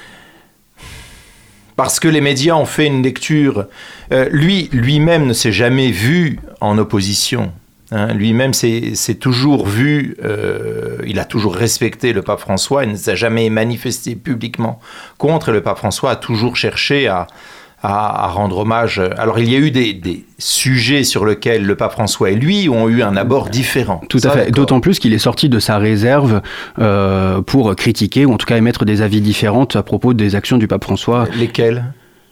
Parce que les médias ont fait une lecture. Euh, lui, lui-même ne s'est jamais vu en opposition. Hein. Lui-même s'est, s'est toujours vu, euh, il a toujours respecté le pape François, il ne s'est jamais manifesté publiquement contre. Et le pape François a toujours cherché à, à, à rendre hommage. Alors il y a eu des, des sujets sur lesquels le pape François et lui ont eu un abord différent. Tout Ça, à fait, d'accord. D'autant plus qu'il est sorti de sa réserve euh, pour critiquer, ou en tout cas émettre des avis différents à propos des actions du pape François. Lesquels ?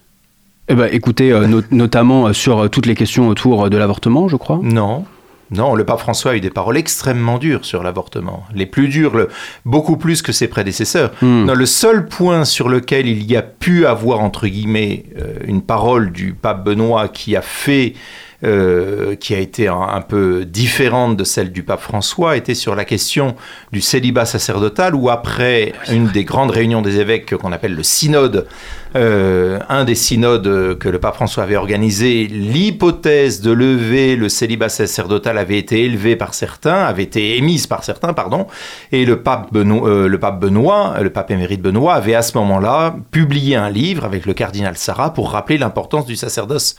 Eh ben, écoutez, euh, no- notamment sur toutes les questions autour de l'avortement, je crois. Non. Non, le pape François a eu des paroles extrêmement dures sur l'avortement. Les plus dures, le, beaucoup plus que ses prédécesseurs. Mm. Non, le seul point sur lequel il y a pu avoir, entre guillemets, euh, une parole du pape Benoît qui a fait... Euh, qui a été un, un peu différente de celle du pape François, était sur la question du célibat sacerdotal, où après une des grandes réunions des évêques qu'on appelle le synode, euh, un des synodes que le pape François avait organisé, l'hypothèse de lever le célibat sacerdotal avait été élevée par certains, avait été émise par certains, pardon, et le pape Benoît, euh, le pape Benoît, le pape émérite Benoît, avait à ce moment-là publié un livre avec le cardinal Sarrat pour rappeler l'importance du sacerdoce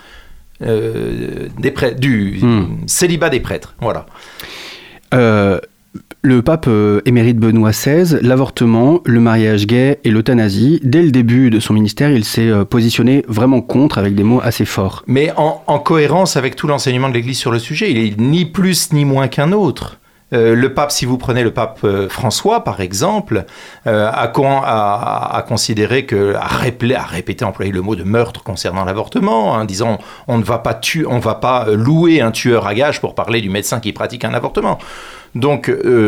Euh, des prêtres, du hmm. célibat des prêtres, voilà. Euh, le pape euh, émérite Benoît seize, l'avortement, le mariage gay et l'euthanasie, dès le début de son ministère, il s'est euh, positionné vraiment contre avec des mots assez forts. Mais en, en cohérence avec tout l'enseignement de l'Église sur le sujet, il est ni plus ni moins qu'un autre. Euh, le pape, si vous prenez le pape euh, François, par exemple, euh, a, a, a considéré que, a, répé, a répété, employé le mot de meurtre concernant l'avortement, en disant on ne va pas tuer, on va pas louer un tueur à gages pour parler du médecin qui pratique un avortement. Donc,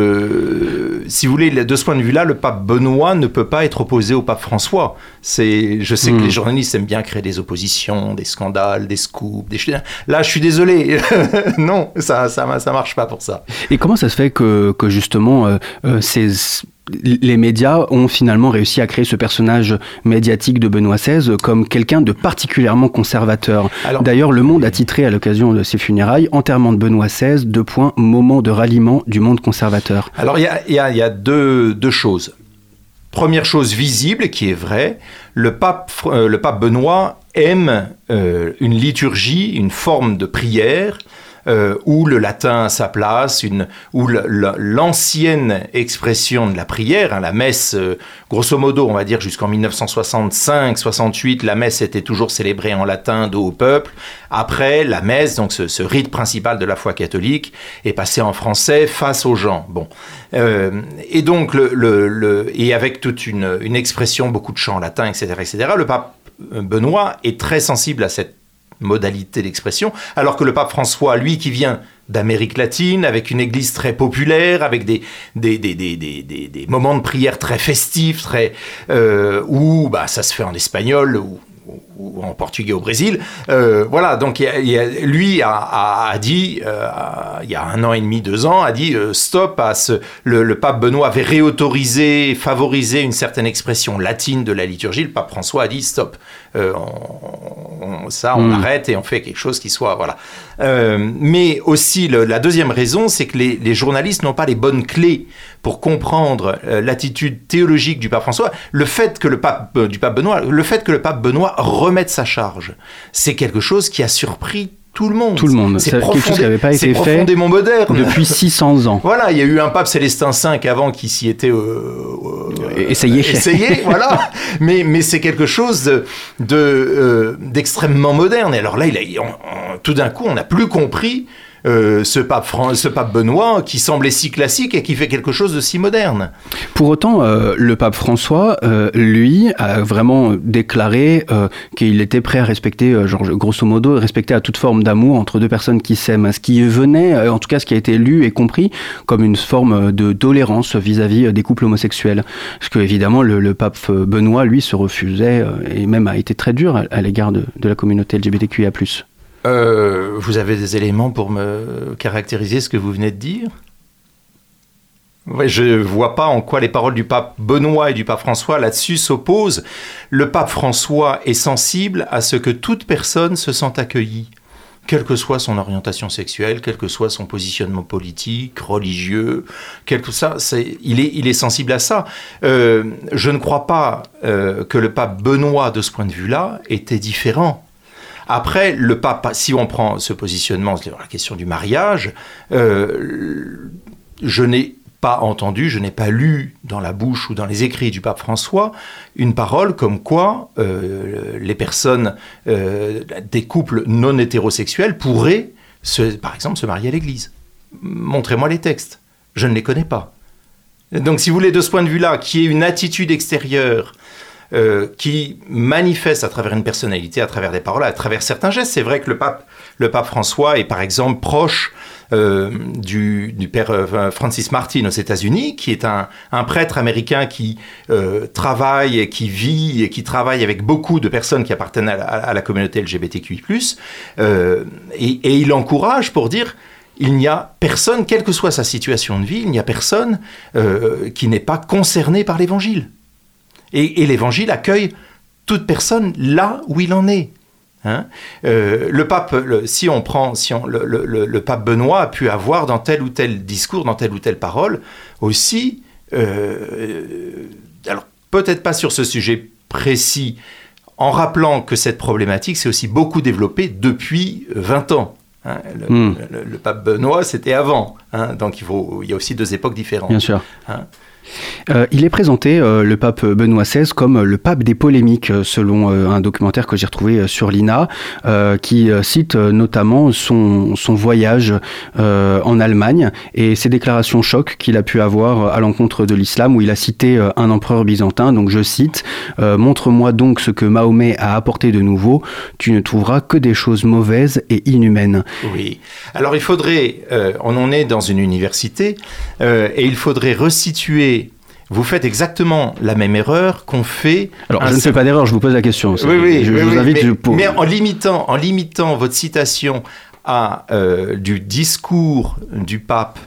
euh, si vous voulez, de ce point de vue-là, le pape Benoît ne peut pas être opposé au pape François. C'est, je sais mmh. que les journalistes aiment bien créer des oppositions, des scandales, des scoops, des... Là, je suis désolé. Non, ça, ça, ça marche pas pour ça. Et comment ça se fait que, que justement, euh, euh, ces... les médias ont finalement réussi à créer ce personnage médiatique de Benoît seize comme quelqu'un de particulièrement conservateur. Alors, d'ailleurs, Le Monde a titré à l'occasion de ses funérailles « Enterrement de Benoît seize, deux points, moment de ralliement du monde conservateur ». Alors, il y a, y a, y a deux, deux choses. Première chose visible, qui est vraie, le pape, euh, le pape Benoît aime euh, une liturgie, une forme de prière, Euh, où le latin a sa place, une, où le, le, l'ancienne expression de la prière, hein, la messe, euh, grosso modo, on va dire jusqu'en dix-neuf cent soixante-cinq soixante-huit, la messe était toujours célébrée en latin dos au peuple. Après, la messe, donc ce, ce rite principal de la foi catholique, est passé en français face aux gens. Bon. Euh, et donc, le, le, le, et avec toute une, une expression, beaucoup de chants en latin, et cetera, et cetera, le pape Benoît est très sensible à cette modalité d'expression, alors que le pape François, lui qui vient d'Amérique latine, avec une église très populaire, avec des, des, des, des, des, des, des moments de prière très festifs, très, euh, où bah, ça se fait en espagnol, ou, ou en portugais au Brésil. Euh, voilà, donc y a, y a, lui a, a, a dit, euh, il y a un an et demi, deux ans, a dit euh, stop à ce... Le, le pape Benoît avait réautorisé, favorisé une certaine expression latine de la liturgie. Le pape François a dit stop. Euh, on, on, ça, on mmh. arrête et on fait quelque chose qui soit... Voilà. Euh, mais aussi, le, la deuxième raison, c'est que les, les journalistes n'ont pas les bonnes clés pour comprendre euh, l'attitude théologique du pape François. Le fait que le pape, euh, du pape Benoît, le fait que le pape Benoît remette sa charge, c'est quelque chose qui a surpris tout le monde. Tout le monde. C'est, c'est quelque chose qui n'avait pas été fait profondément moderne. Depuis six cents ans. Voilà, il y a eu un pape Célestin cinq avant qui s'y était euh, euh, essayé. essayé voilà. Mais, mais c'est quelque chose de, de, euh, d'extrêmement moderne. Et alors là, il a, on, on, tout d'un coup, on n'a plus compris Euh, ce, pape Fran- ce pape Benoît qui semblait si classique et qui fait quelque chose de si moderne. Pour autant, euh, le pape François, euh, lui, a vraiment déclaré euh, qu'il était prêt à respecter, euh, genre, grosso modo, respecter à toute forme d'amour entre deux personnes qui s'aiment. Ce qui venait, euh, en tout cas ce qui a été lu et compris comme une forme de tolérance vis-à-vis des couples homosexuels. Parce que évidemment, le, le pape Benoît, lui, se refusait euh, et même a été très dur à, à l'égard de, de la communauté L G B T Q I A plus. Euh, vous avez des éléments pour me caractériser ce que vous venez de dire ? Ouais, je ne vois pas en quoi les paroles du pape Benoît et du pape François là-dessus s'opposent. Le pape François est sensible à ce que toute personne se sente accueillie, quelle que soit son orientation sexuelle, quel que soit son positionnement politique, religieux, quel que ça, c'est, il, est, il est sensible à ça. Euh, je ne crois pas euh, que le pape Benoît, de ce point de vue-là, était différent. Après, le pape, si on prend ce positionnement sur la question du mariage, euh, je n'ai pas entendu, je n'ai pas lu dans la bouche ou dans les écrits du pape François une parole comme quoi euh, les personnes euh, des couples non hétérosexuels pourraient, se, par exemple, se marier à l'église. Montrez-moi les textes. Je ne les connais pas. Donc, si vous voulez, de ce point de vue-là, qu'il y ait une attitude extérieure Euh, qui manifeste à travers une personnalité, à travers des paroles, à travers certains gestes. C'est vrai que le pape, le pape François est par exemple proche euh, du, du père euh, Francis Martin aux États-Unis, qui est un, un prêtre américain qui euh, travaille et qui vit et qui travaille avec beaucoup de personnes qui appartiennent à la, à la communauté L G B T Q I plus, euh, et, et il encourage pour dire il n'y a personne, quelle que soit sa situation de vie, il n'y a personne euh, qui n'est pas concerné par l'Évangile. Et, et l'Évangile accueille toute personne là où il en est. Hein euh, le pape, le, si on prend, si on, le, le, le pape Benoît a pu avoir dans tel ou tel discours, dans telle ou telle parole, aussi, euh, alors peut-être pas sur ce sujet précis, en rappelant que cette problématique s'est aussi beaucoup développée depuis vingt ans. Hein, le, mmh. le, le pape Benoît, c'était avant. Hein, donc il, faut, il y a aussi deux époques différentes. Bien sûr. Hein. Euh, il est présenté, euh, le pape Benoît seize, comme le pape des polémiques, selon euh, un documentaire que j'ai retrouvé sur l'I N A, euh, qui euh, cite euh, notamment son, son voyage euh, en Allemagne et ses déclarations choc qu'il a pu avoir à l'encontre de l'islam, où il a cité euh, un empereur byzantin, donc je cite euh, « Montre-moi donc ce que Mahomet a apporté de nouveau, tu ne trouveras que des choses mauvaises et inhumaines. » Oui, alors il faudrait, euh, on en est dans une université, euh, et il faudrait resituer. Vous faites exactement la même erreur qu'on fait... Alors, je ne fais pas d'erreur, je vous pose la question. Oui, oui, je, oui, je vous oui, invite... mais, pour... mais en, limitant, en limitant votre citation à, euh, du discours du pape,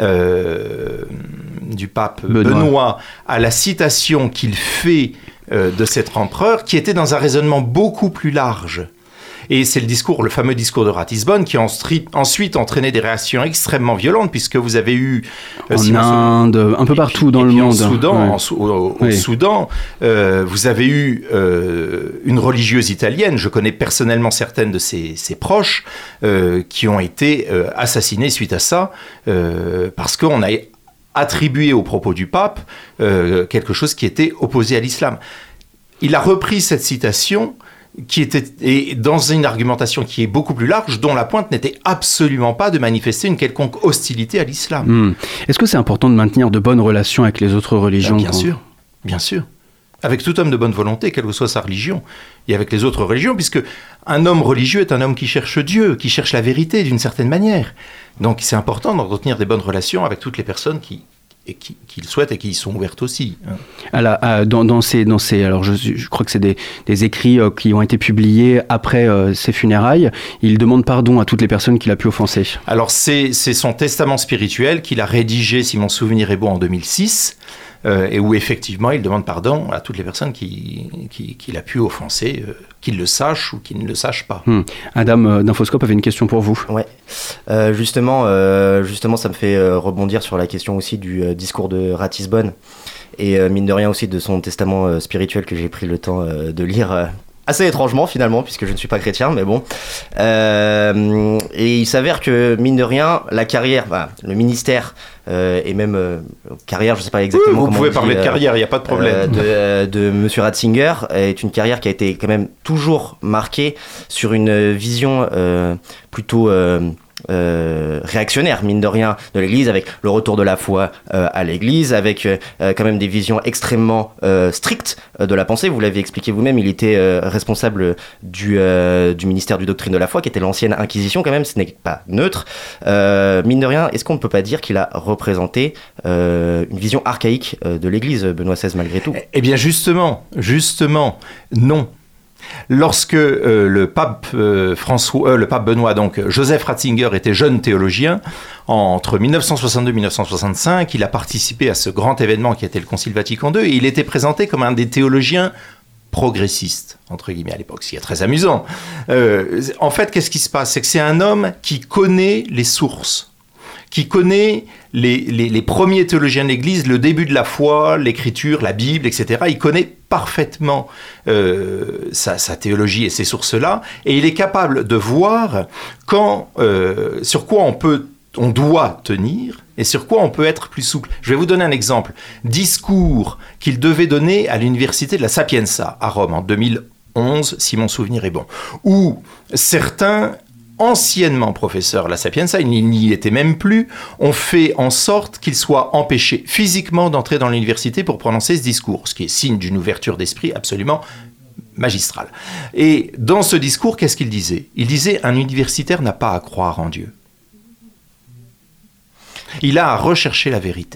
euh, du pape Benoît. Benoît, à la citation qu'il fait euh, de cet empereur, qui était dans un raisonnement beaucoup plus large. Et c'est le discours, le fameux discours de Ratisbonne, qui a ensuite entraîné des réactions extrêmement violentes, puisque vous avez eu... Euh, en si Inde, un peu partout dans le monde. En Soudan, ouais. en, au, au oui. Soudan euh, vous avez eu euh, une religieuse italienne, je connais personnellement certaines de ses, ses proches, euh, qui ont été euh, assassinés suite à ça, euh, parce qu'on a attribué aux propos du pape euh, quelque chose qui était opposé à l'islam. Il a repris cette citation... qui était et dans une argumentation qui est beaucoup plus large, dont la pointe n'était absolument pas de manifester une quelconque hostilité à l'islam. Mmh. Est-ce que c'est important de maintenir de bonnes relations avec les autres religions ? Bien quand... sûr, bien sûr. Avec tout homme de bonne volonté, quelle que soit sa religion, et avec les autres religions, puisque un homme religieux est un homme qui cherche Dieu, qui cherche la vérité d'une certaine manière. Donc c'est important d'entretenir des bonnes relations avec toutes les personnes qui... et qui, qui le souhaitent et qui y sont ouvertes aussi. Hein. À la, à, dans, dans ces, dans ces, alors je, je crois que c'est des, des écrits euh, qui ont été publiés après euh, ses funérailles. Il demande pardon à toutes les personnes qu'il a pu offenser. Alors c'est, c'est son testament spirituel qu'il a rédigé, si mon souvenir est bon, en deux mille six, euh, et où effectivement il demande pardon à toutes les personnes qui, qui, qu'il a pu offenser, euh, qu'ils le sachent ou qu'ils ne le sachent pas. Hum. Adam euh, d'Infoscope avait une question pour vous. Ouais, euh, justement, euh, justement, ça me fait euh, rebondir sur la question aussi du euh, discours de Ratisbonne et euh, mine de rien aussi de son testament euh, spirituel que j'ai pris le temps euh, de lire euh, assez étrangement finalement, puisque je ne suis pas chrétien, mais bon. Euh, et il s'avère que, mine de rien, la carrière, bah, le ministère, euh, et même euh, carrière, je ne sais pas exactement oui, vous comment pouvez on parler dit, de carrière, il n'y a pas de problème. Euh, de, de Monsieur Ratzinger, est une carrière qui a été quand même toujours marquée sur une vision euh, plutôt... Euh, Euh, réactionnaire, mine de rien, de l'Église, avec le retour de la foi euh, à l'Église, avec euh, quand même des visions extrêmement euh, strictes euh, de la pensée. Vous l'avez expliqué vous-même, il était euh, responsable du, euh, du ministère du Doctrine de la foi, qui était l'ancienne Inquisition quand même, ce n'est pas neutre. Euh, mine de rien, est-ce qu'on ne peut pas dire qu'il a représenté euh, une vision archaïque euh, de l'Église, Benoît seize, malgré tout ? Eh bien justement, justement, non. Lorsque euh, le pape euh, François, euh, le pape Benoît, donc Joseph Ratzinger, était jeune théologien, entre dix-neuf cent soixante-deux et dix-neuf cent soixante-cinq, il a participé à ce grand événement qui était le Concile Vatican deux, et il était présenté comme un des théologiens progressistes, entre guillemets, à l'époque, ce qui est très amusant. Euh, en fait, qu'est-ce qui se passe ? C'est que c'est un homme qui connaît les sources, qui connaît les, les, les premiers théologiens de l'Église, le début de la foi, l'Écriture, la Bible, et cetera. Il connaît parfaitement euh, sa, sa théologie et ces sources-là, et il est capable de voir quand, euh, sur quoi on peut, on doit tenir, et sur quoi on peut être plus souple. Je vais vous donner un exemple. Discours qu'il devait donner à l'université de la Sapienza, à Rome, en deux mille onze, si mon souvenir est bon, où certains anciennement professeur à la Sapienza, il n'y était même plus, ont fait en sorte qu'il soit empêché physiquement d'entrer dans l'université pour prononcer ce discours, ce qui est signe d'une ouverture d'esprit absolument magistrale. Et dans ce discours, qu'est-ce qu'il disait ? Il disait « Un universitaire n'a pas à croire en Dieu. Il a à rechercher la vérité. »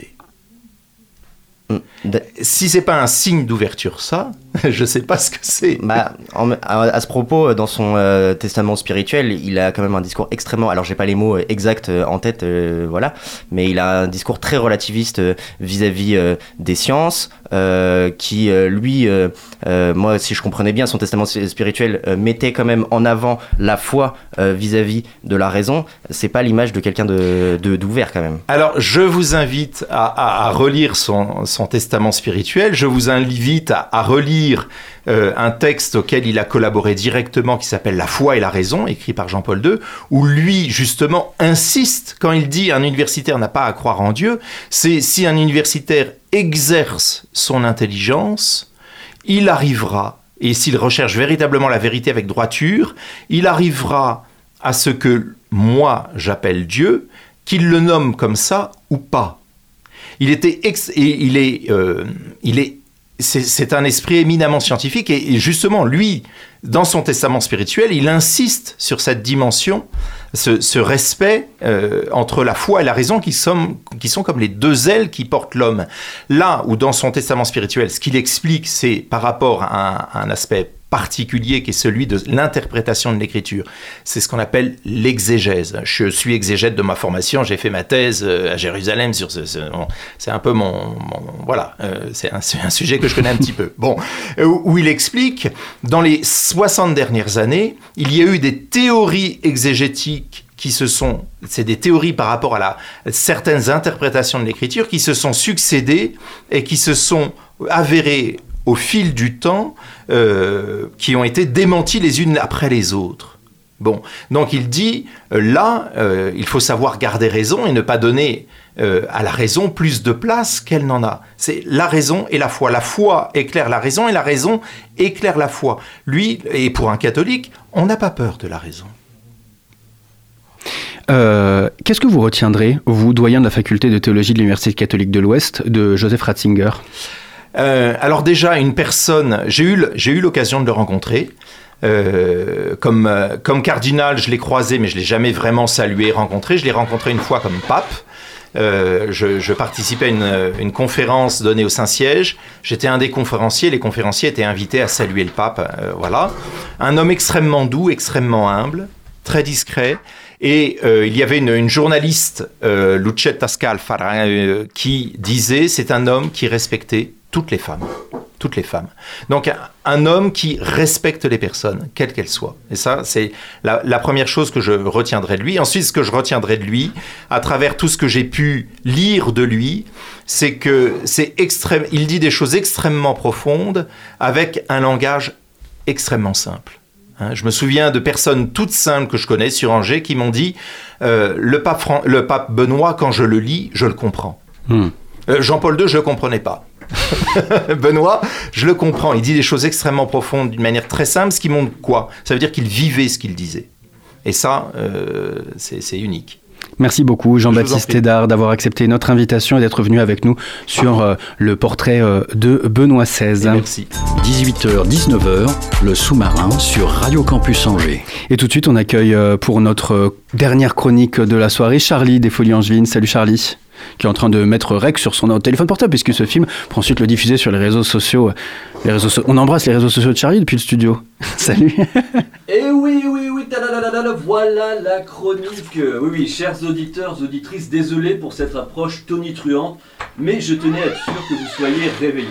Si c'est pas un signe d'ouverture, ça, je sais pas ce que c'est. Bah, en, à, à ce propos, dans son euh, testament spirituel, il a quand même un discours extrêmement. Alors, j'ai pas les mots exacts euh, en tête, euh, voilà, mais il a un discours très relativiste euh, vis-à-vis euh, des sciences, euh, qui euh, lui, euh, euh, moi, si je comprenais bien, son testament spirituel euh, mettait quand même en avant la foi euh, vis-à-vis de la raison. C'est pas l'image de quelqu'un de, de d'ouvert quand même. Alors, je vous invite à, à, à relire son, son testament spirituel. Je vous invite à, à relire euh, un texte auquel il a collaboré directement qui s'appelle « La foi et la raison », écrit par Jean-Paul deux, où lui, justement, insiste, quand il dit « un universitaire n'a pas à croire en Dieu », c'est si un universitaire exerce son intelligence, il arrivera, et s'il recherche véritablement la vérité avec droiture, il arrivera à ce que moi j'appelle Dieu, qu'il le nomme comme ça ou pas. Il était ex- et il est, euh, il est, c'est, c'est un esprit éminemment scientifique et, et justement lui, dans son testament spirituel, il insiste sur cette dimension, ce, ce respect euh, entre la foi et la raison qui sont, qui sont comme les deux ailes qui portent l'homme. Là où dans son testament spirituel, ce qu'il explique, c'est par rapport à un, à un aspect particulier qui est celui de l'interprétation de l'écriture. C'est ce qu'on appelle l'exégèse. Je suis exégète de ma formation, j'ai fait ma thèse à Jérusalem sur ce... ce c'est un peu mon... mon voilà, euh, c'est, un, c'est un sujet que je connais un petit peu. Bon, où il explique, dans les soixante dernières années, il y a eu des théories exégétiques qui se sont... C'est des théories par rapport à, la, à certaines interprétations de l'écriture qui se sont succédées et qui se sont avérées au fil du temps, euh, qui ont été démenties les unes après les autres. Bon, donc il dit, euh, là, euh, il faut savoir garder raison et ne pas donner euh, à la raison plus de place qu'elle n'en a. C'est la raison et la foi. La foi éclaire la raison et la raison éclaire la foi. Lui, et pour un catholique, on n'a pas peur de la raison. Euh, qu'est-ce que vous retiendrez, vous, doyen de la faculté de théologie de l'Université catholique de l'Ouest, de Joseph Ratzinger ? Euh, alors déjà, une personne, j'ai eu, j'ai eu l'occasion de le rencontrer. Euh, comme, euh, comme cardinal, je l'ai croisé, mais je ne l'ai jamais vraiment salué, rencontré. Je l'ai rencontré une fois comme pape. Euh, je, je participais à une, une conférence donnée au Saint-Siège. J'étais un des conférenciers. Les conférenciers étaient invités à saluer le pape. Euh, voilà. Un homme extrêmement doux, extrêmement humble, très discret. Et euh, il y avait une, une journaliste, euh, Lucetta Scalfara, euh, qui disait « c'est un homme qui respectait toutes les femmes, toutes les femmes. » Donc un, un homme qui respecte les personnes, quelles qu'elles soient. Et ça, c'est la, la première chose que je retiendrai de lui. Ensuite, ce que je retiendrai de lui, à travers tout ce que j'ai pu lire de lui, c'est que c'est extrême, il dit des choses extrêmement profondes avec un langage extrêmement simple. Hein, je me souviens de personnes toutes simples que je connais sur Angers qui m'ont dit euh, le, pape Fran- le pape Benoît, quand je le lis, je le comprends. Hmm. Euh, Jean-Paul deux, je le comprenais pas. Benoît, je le comprends. Il dit des choses extrêmement profondes d'une manière très simple, ce qui montre quoi ? Ça veut dire qu'il vivait ce qu'il disait. Et ça, euh, c'est, c'est unique. Merci beaucoup Jean-Baptiste Thédard d'avoir accepté notre invitation et d'être venu avec nous sur euh, le portrait euh, de Benoît seize. Et merci. dix-huit heures dix-neuf heures, le sous-marin sur Radio Campus Angers. Et tout de suite, on accueille euh, pour notre euh, dernière chronique de la soirée Charlie des Folies Angevines. Salut Charlie, qui est en train de mettre rec sur son téléphone portable puisque ce film pour ensuite le diffuser sur les réseaux sociaux. Les réseaux so- on embrasse les réseaux sociaux de Charlie depuis le studio. Salut. Et oui, oui, oui, tadadadadada, voilà la chronique. Oui, oui, chers auditeurs, auditrices, désolé pour cette approche tonitruante, mais je tenais à être sûr que vous soyez réveillés.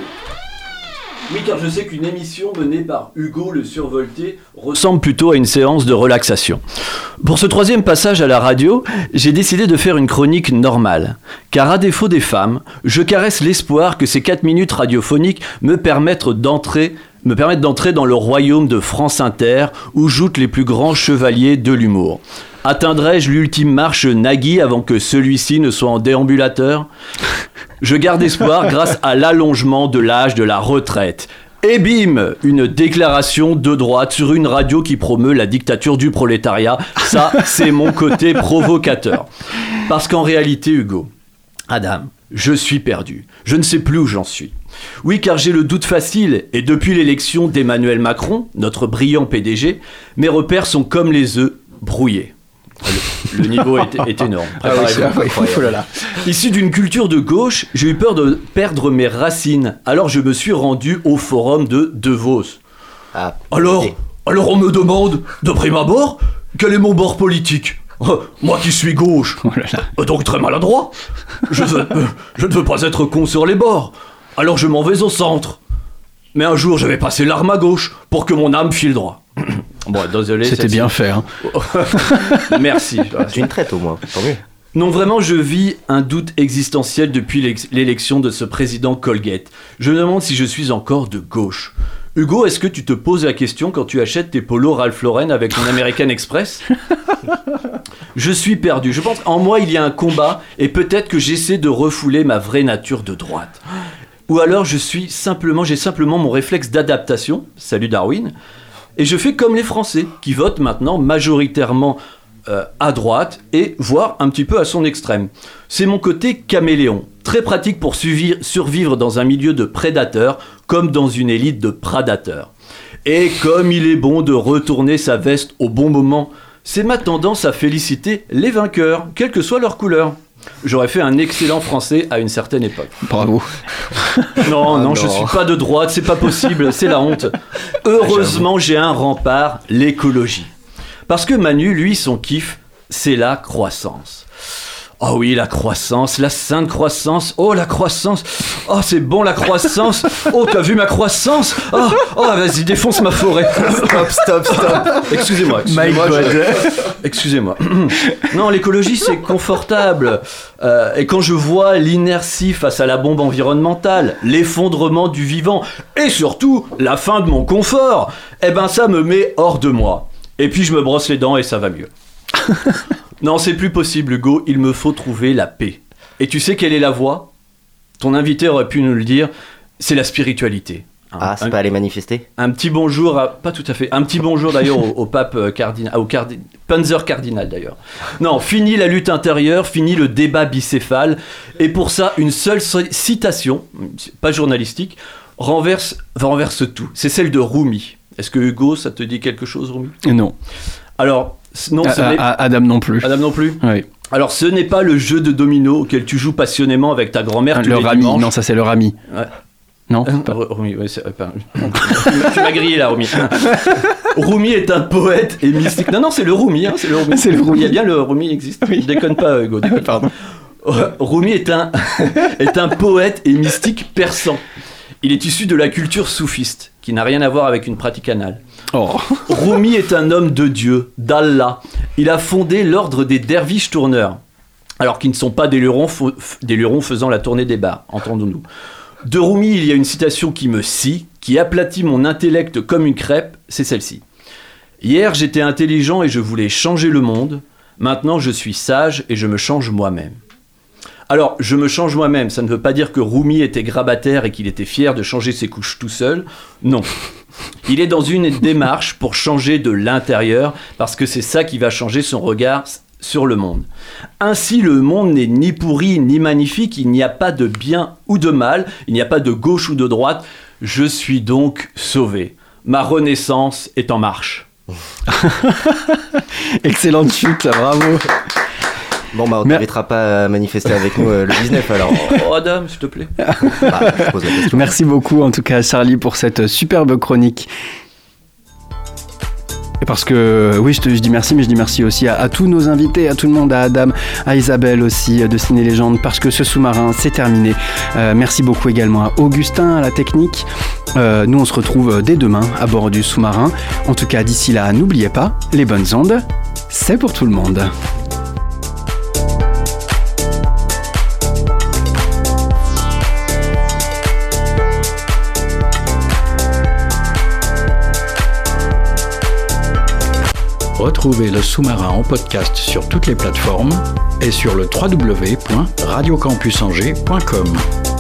Oui, car je sais qu'une émission menée par Hugo le Survolté ressemble plutôt à une séance de relaxation. Pour ce troisième passage à la radio, j'ai décidé de faire une chronique normale. Car à défaut des femmes, je caresse l'espoir que ces quatre minutes radiophoniques me permettent d'entrer, me permettent d'entrer dans le royaume de France Inter, où jouent les plus grands chevaliers de l'humour. Atteindrai-je l'ultime marche Nagui avant que celui-ci ne soit en déambulateur ? Je garde espoir grâce à l'allongement de l'âge de la retraite. Et bim, une déclaration de droite sur une radio qui promeut la dictature du prolétariat. Ça, c'est mon côté provocateur. Parce qu'en réalité, Hugo, Adam, je suis perdu. Je ne sais plus où j'en suis. Oui, car j'ai le doute facile, et depuis l'élection d'Emmanuel Macron, notre brillant P D G, mes repères sont comme les œufs, brouillés. Le, le niveau est, est énorme. Ah oui, ah oui, oh là là. Issu d'une culture de gauche, j'ai eu peur de perdre mes racines. Alors je me suis rendu au forum de De Vos. Ah, alors, alors on me demande, de prime abord, quel est mon bord politique ? euh, Moi qui suis gauche, oh là là. Donc très maladroit. Je, veux, euh, je ne veux pas être con sur les bords. Alors je m'en vais au centre. Mais un jour je vais passer l'arme à gauche pour que mon âme file droit. Bon, désolé. C'était bien fait. Hein. Merci. C'est une traite au moins, tant mieux. Non, vraiment, je vis un doute existentiel depuis l'élection de ce président Colgate. Je me demande si je suis encore de gauche. Hugo, est-ce que tu te poses la question quand tu achètes tes polos Ralph Lauren avec ton American Express ? Je suis perdu. Je pense qu'en moi, il y a un combat et peut-être que j'essaie de refouler ma vraie nature de droite. Ou alors, je suis simplement, j'ai simplement mon réflexe d'adaptation. Salut Darwin. Et je fais comme les Français, qui votent maintenant majoritairement euh, à droite et voire un petit peu à son extrême. C'est mon côté caméléon, très pratique pour survivre, survivre dans un milieu de prédateurs comme dans une élite de prédateurs. Et comme il est bon de retourner sa veste au bon moment, c'est ma tendance à féliciter les vainqueurs, quelle que soit leur couleur. J'aurais fait un excellent français à une certaine époque. Bravo. Non, ah non, non, je suis pas de droite, c'est pas possible, c'est la honte. Heureusement, j'ai un rempart, l'écologie. Parce que Manu, lui, son kiff, c'est la croissance. Oh oui, la croissance, la sainte croissance. Oh, la croissance. Oh, c'est bon, la croissance. Oh, t'as vu ma croissance ? Oh, oh, vas-y, défonce ma forêt. Stop, stop, stop. Excusez-moi. Excusez-moi. Je... excusez-moi. Non, l'écologie, c'est confortable. Euh, et quand je vois l'inertie face à la bombe environnementale, l'effondrement du vivant, et surtout, la fin de mon confort, eh ben, ça me met hors de moi. Et puis, je me brosse les dents et ça va mieux. Non, c'est plus possible, Hugo, il me faut trouver la paix. Et tu sais quelle est la voie ? Ton invité aurait pu nous le dire, c'est la spiritualité. Un, ah, c'est un, pas aller manifester ? Un petit bonjour, à, pas tout à fait, un petit bonjour d'ailleurs au, au pape cardinal, au cardi, Panzer cardinal d'ailleurs. Non, fini la lutte intérieure, fini le débat bicéphale, et pour ça, une seule citation, pas journalistique, renverse, renverse tout. C'est celle de Rumi. Est-ce que Hugo, ça te dit quelque chose, Rumi ? Non. Alors... Non, ce à, à, Adam non plus. Adam non plus. Oui. Alors, ce n'est pas le jeu de domino auquel tu joues passionnément avec ta grand-mère tous le les rami. dimanches. Non, ça c'est le rami. Ouais. Non. Euh, pas... Rumi, ouais, c'est... Pas... tu m'as grillé là, Rumi. Rumi est un poète et mystique. Non, non, c'est le Rumi. Hein, c'est le Rumi. C'est le Rumi. Il y a bien le Rumi existe. Oui. Déconne pas, Hugo. Déconne. Pardon. Rumi est un est un poète et mystique persan. Il est issu de la culture soufiste, qui n'a rien à voir avec une pratique anale. Oh. Rumi est un homme de Dieu, d'Allah. Il a fondé l'ordre des derviches tourneurs, alors qu'ils ne sont pas des lurons, f- des lurons faisant la tournée des bars, entendons-nous. De Rumi, il y a une citation qui me scie, qui aplatit mon intellect comme une crêpe, c'est celle-ci. Hier, j'étais intelligent et je voulais changer le monde. Maintenant, je suis sage et je me change moi-même. Alors, je me change moi-même, ça ne veut pas dire que Rumi était grabataire et qu'il était fier de changer ses couches tout seul. Non. Il est dans une démarche pour changer de l'intérieur, parce que c'est ça qui va changer son regard sur le monde. Ainsi, le monde n'est ni pourri ni magnifique, il n'y a pas de bien ou de mal, il n'y a pas de gauche ou de droite. Je suis donc sauvé. Ma renaissance est en marche. Excellente chute, bravo. Bon, bah, on Mais... t'invitera pas à manifester avec nous euh, le dix-neuf, alors. Oh, Adam, s'il te plaît. Bah, je pose la question. Merci beaucoup, en tout cas, Charlie, pour cette superbe chronique. Et parce que, oui, je, te, je dis merci, mais je dis merci aussi à, à tous nos invités, à tout le monde, à Adam, à Isabelle aussi, de Ciné Légende, parce que ce sous-marin, c'est terminé. Euh, merci beaucoup également à Augustin, à la technique. Euh, nous, on se retrouve dès demain à bord du sous-marin. En tout cas, d'ici là, n'oubliez pas, les bonnes ondes, c'est pour tout le monde. Retrouvez le sous-marin en podcast sur toutes les plateformes et sur le w w w point radio campus angers point com.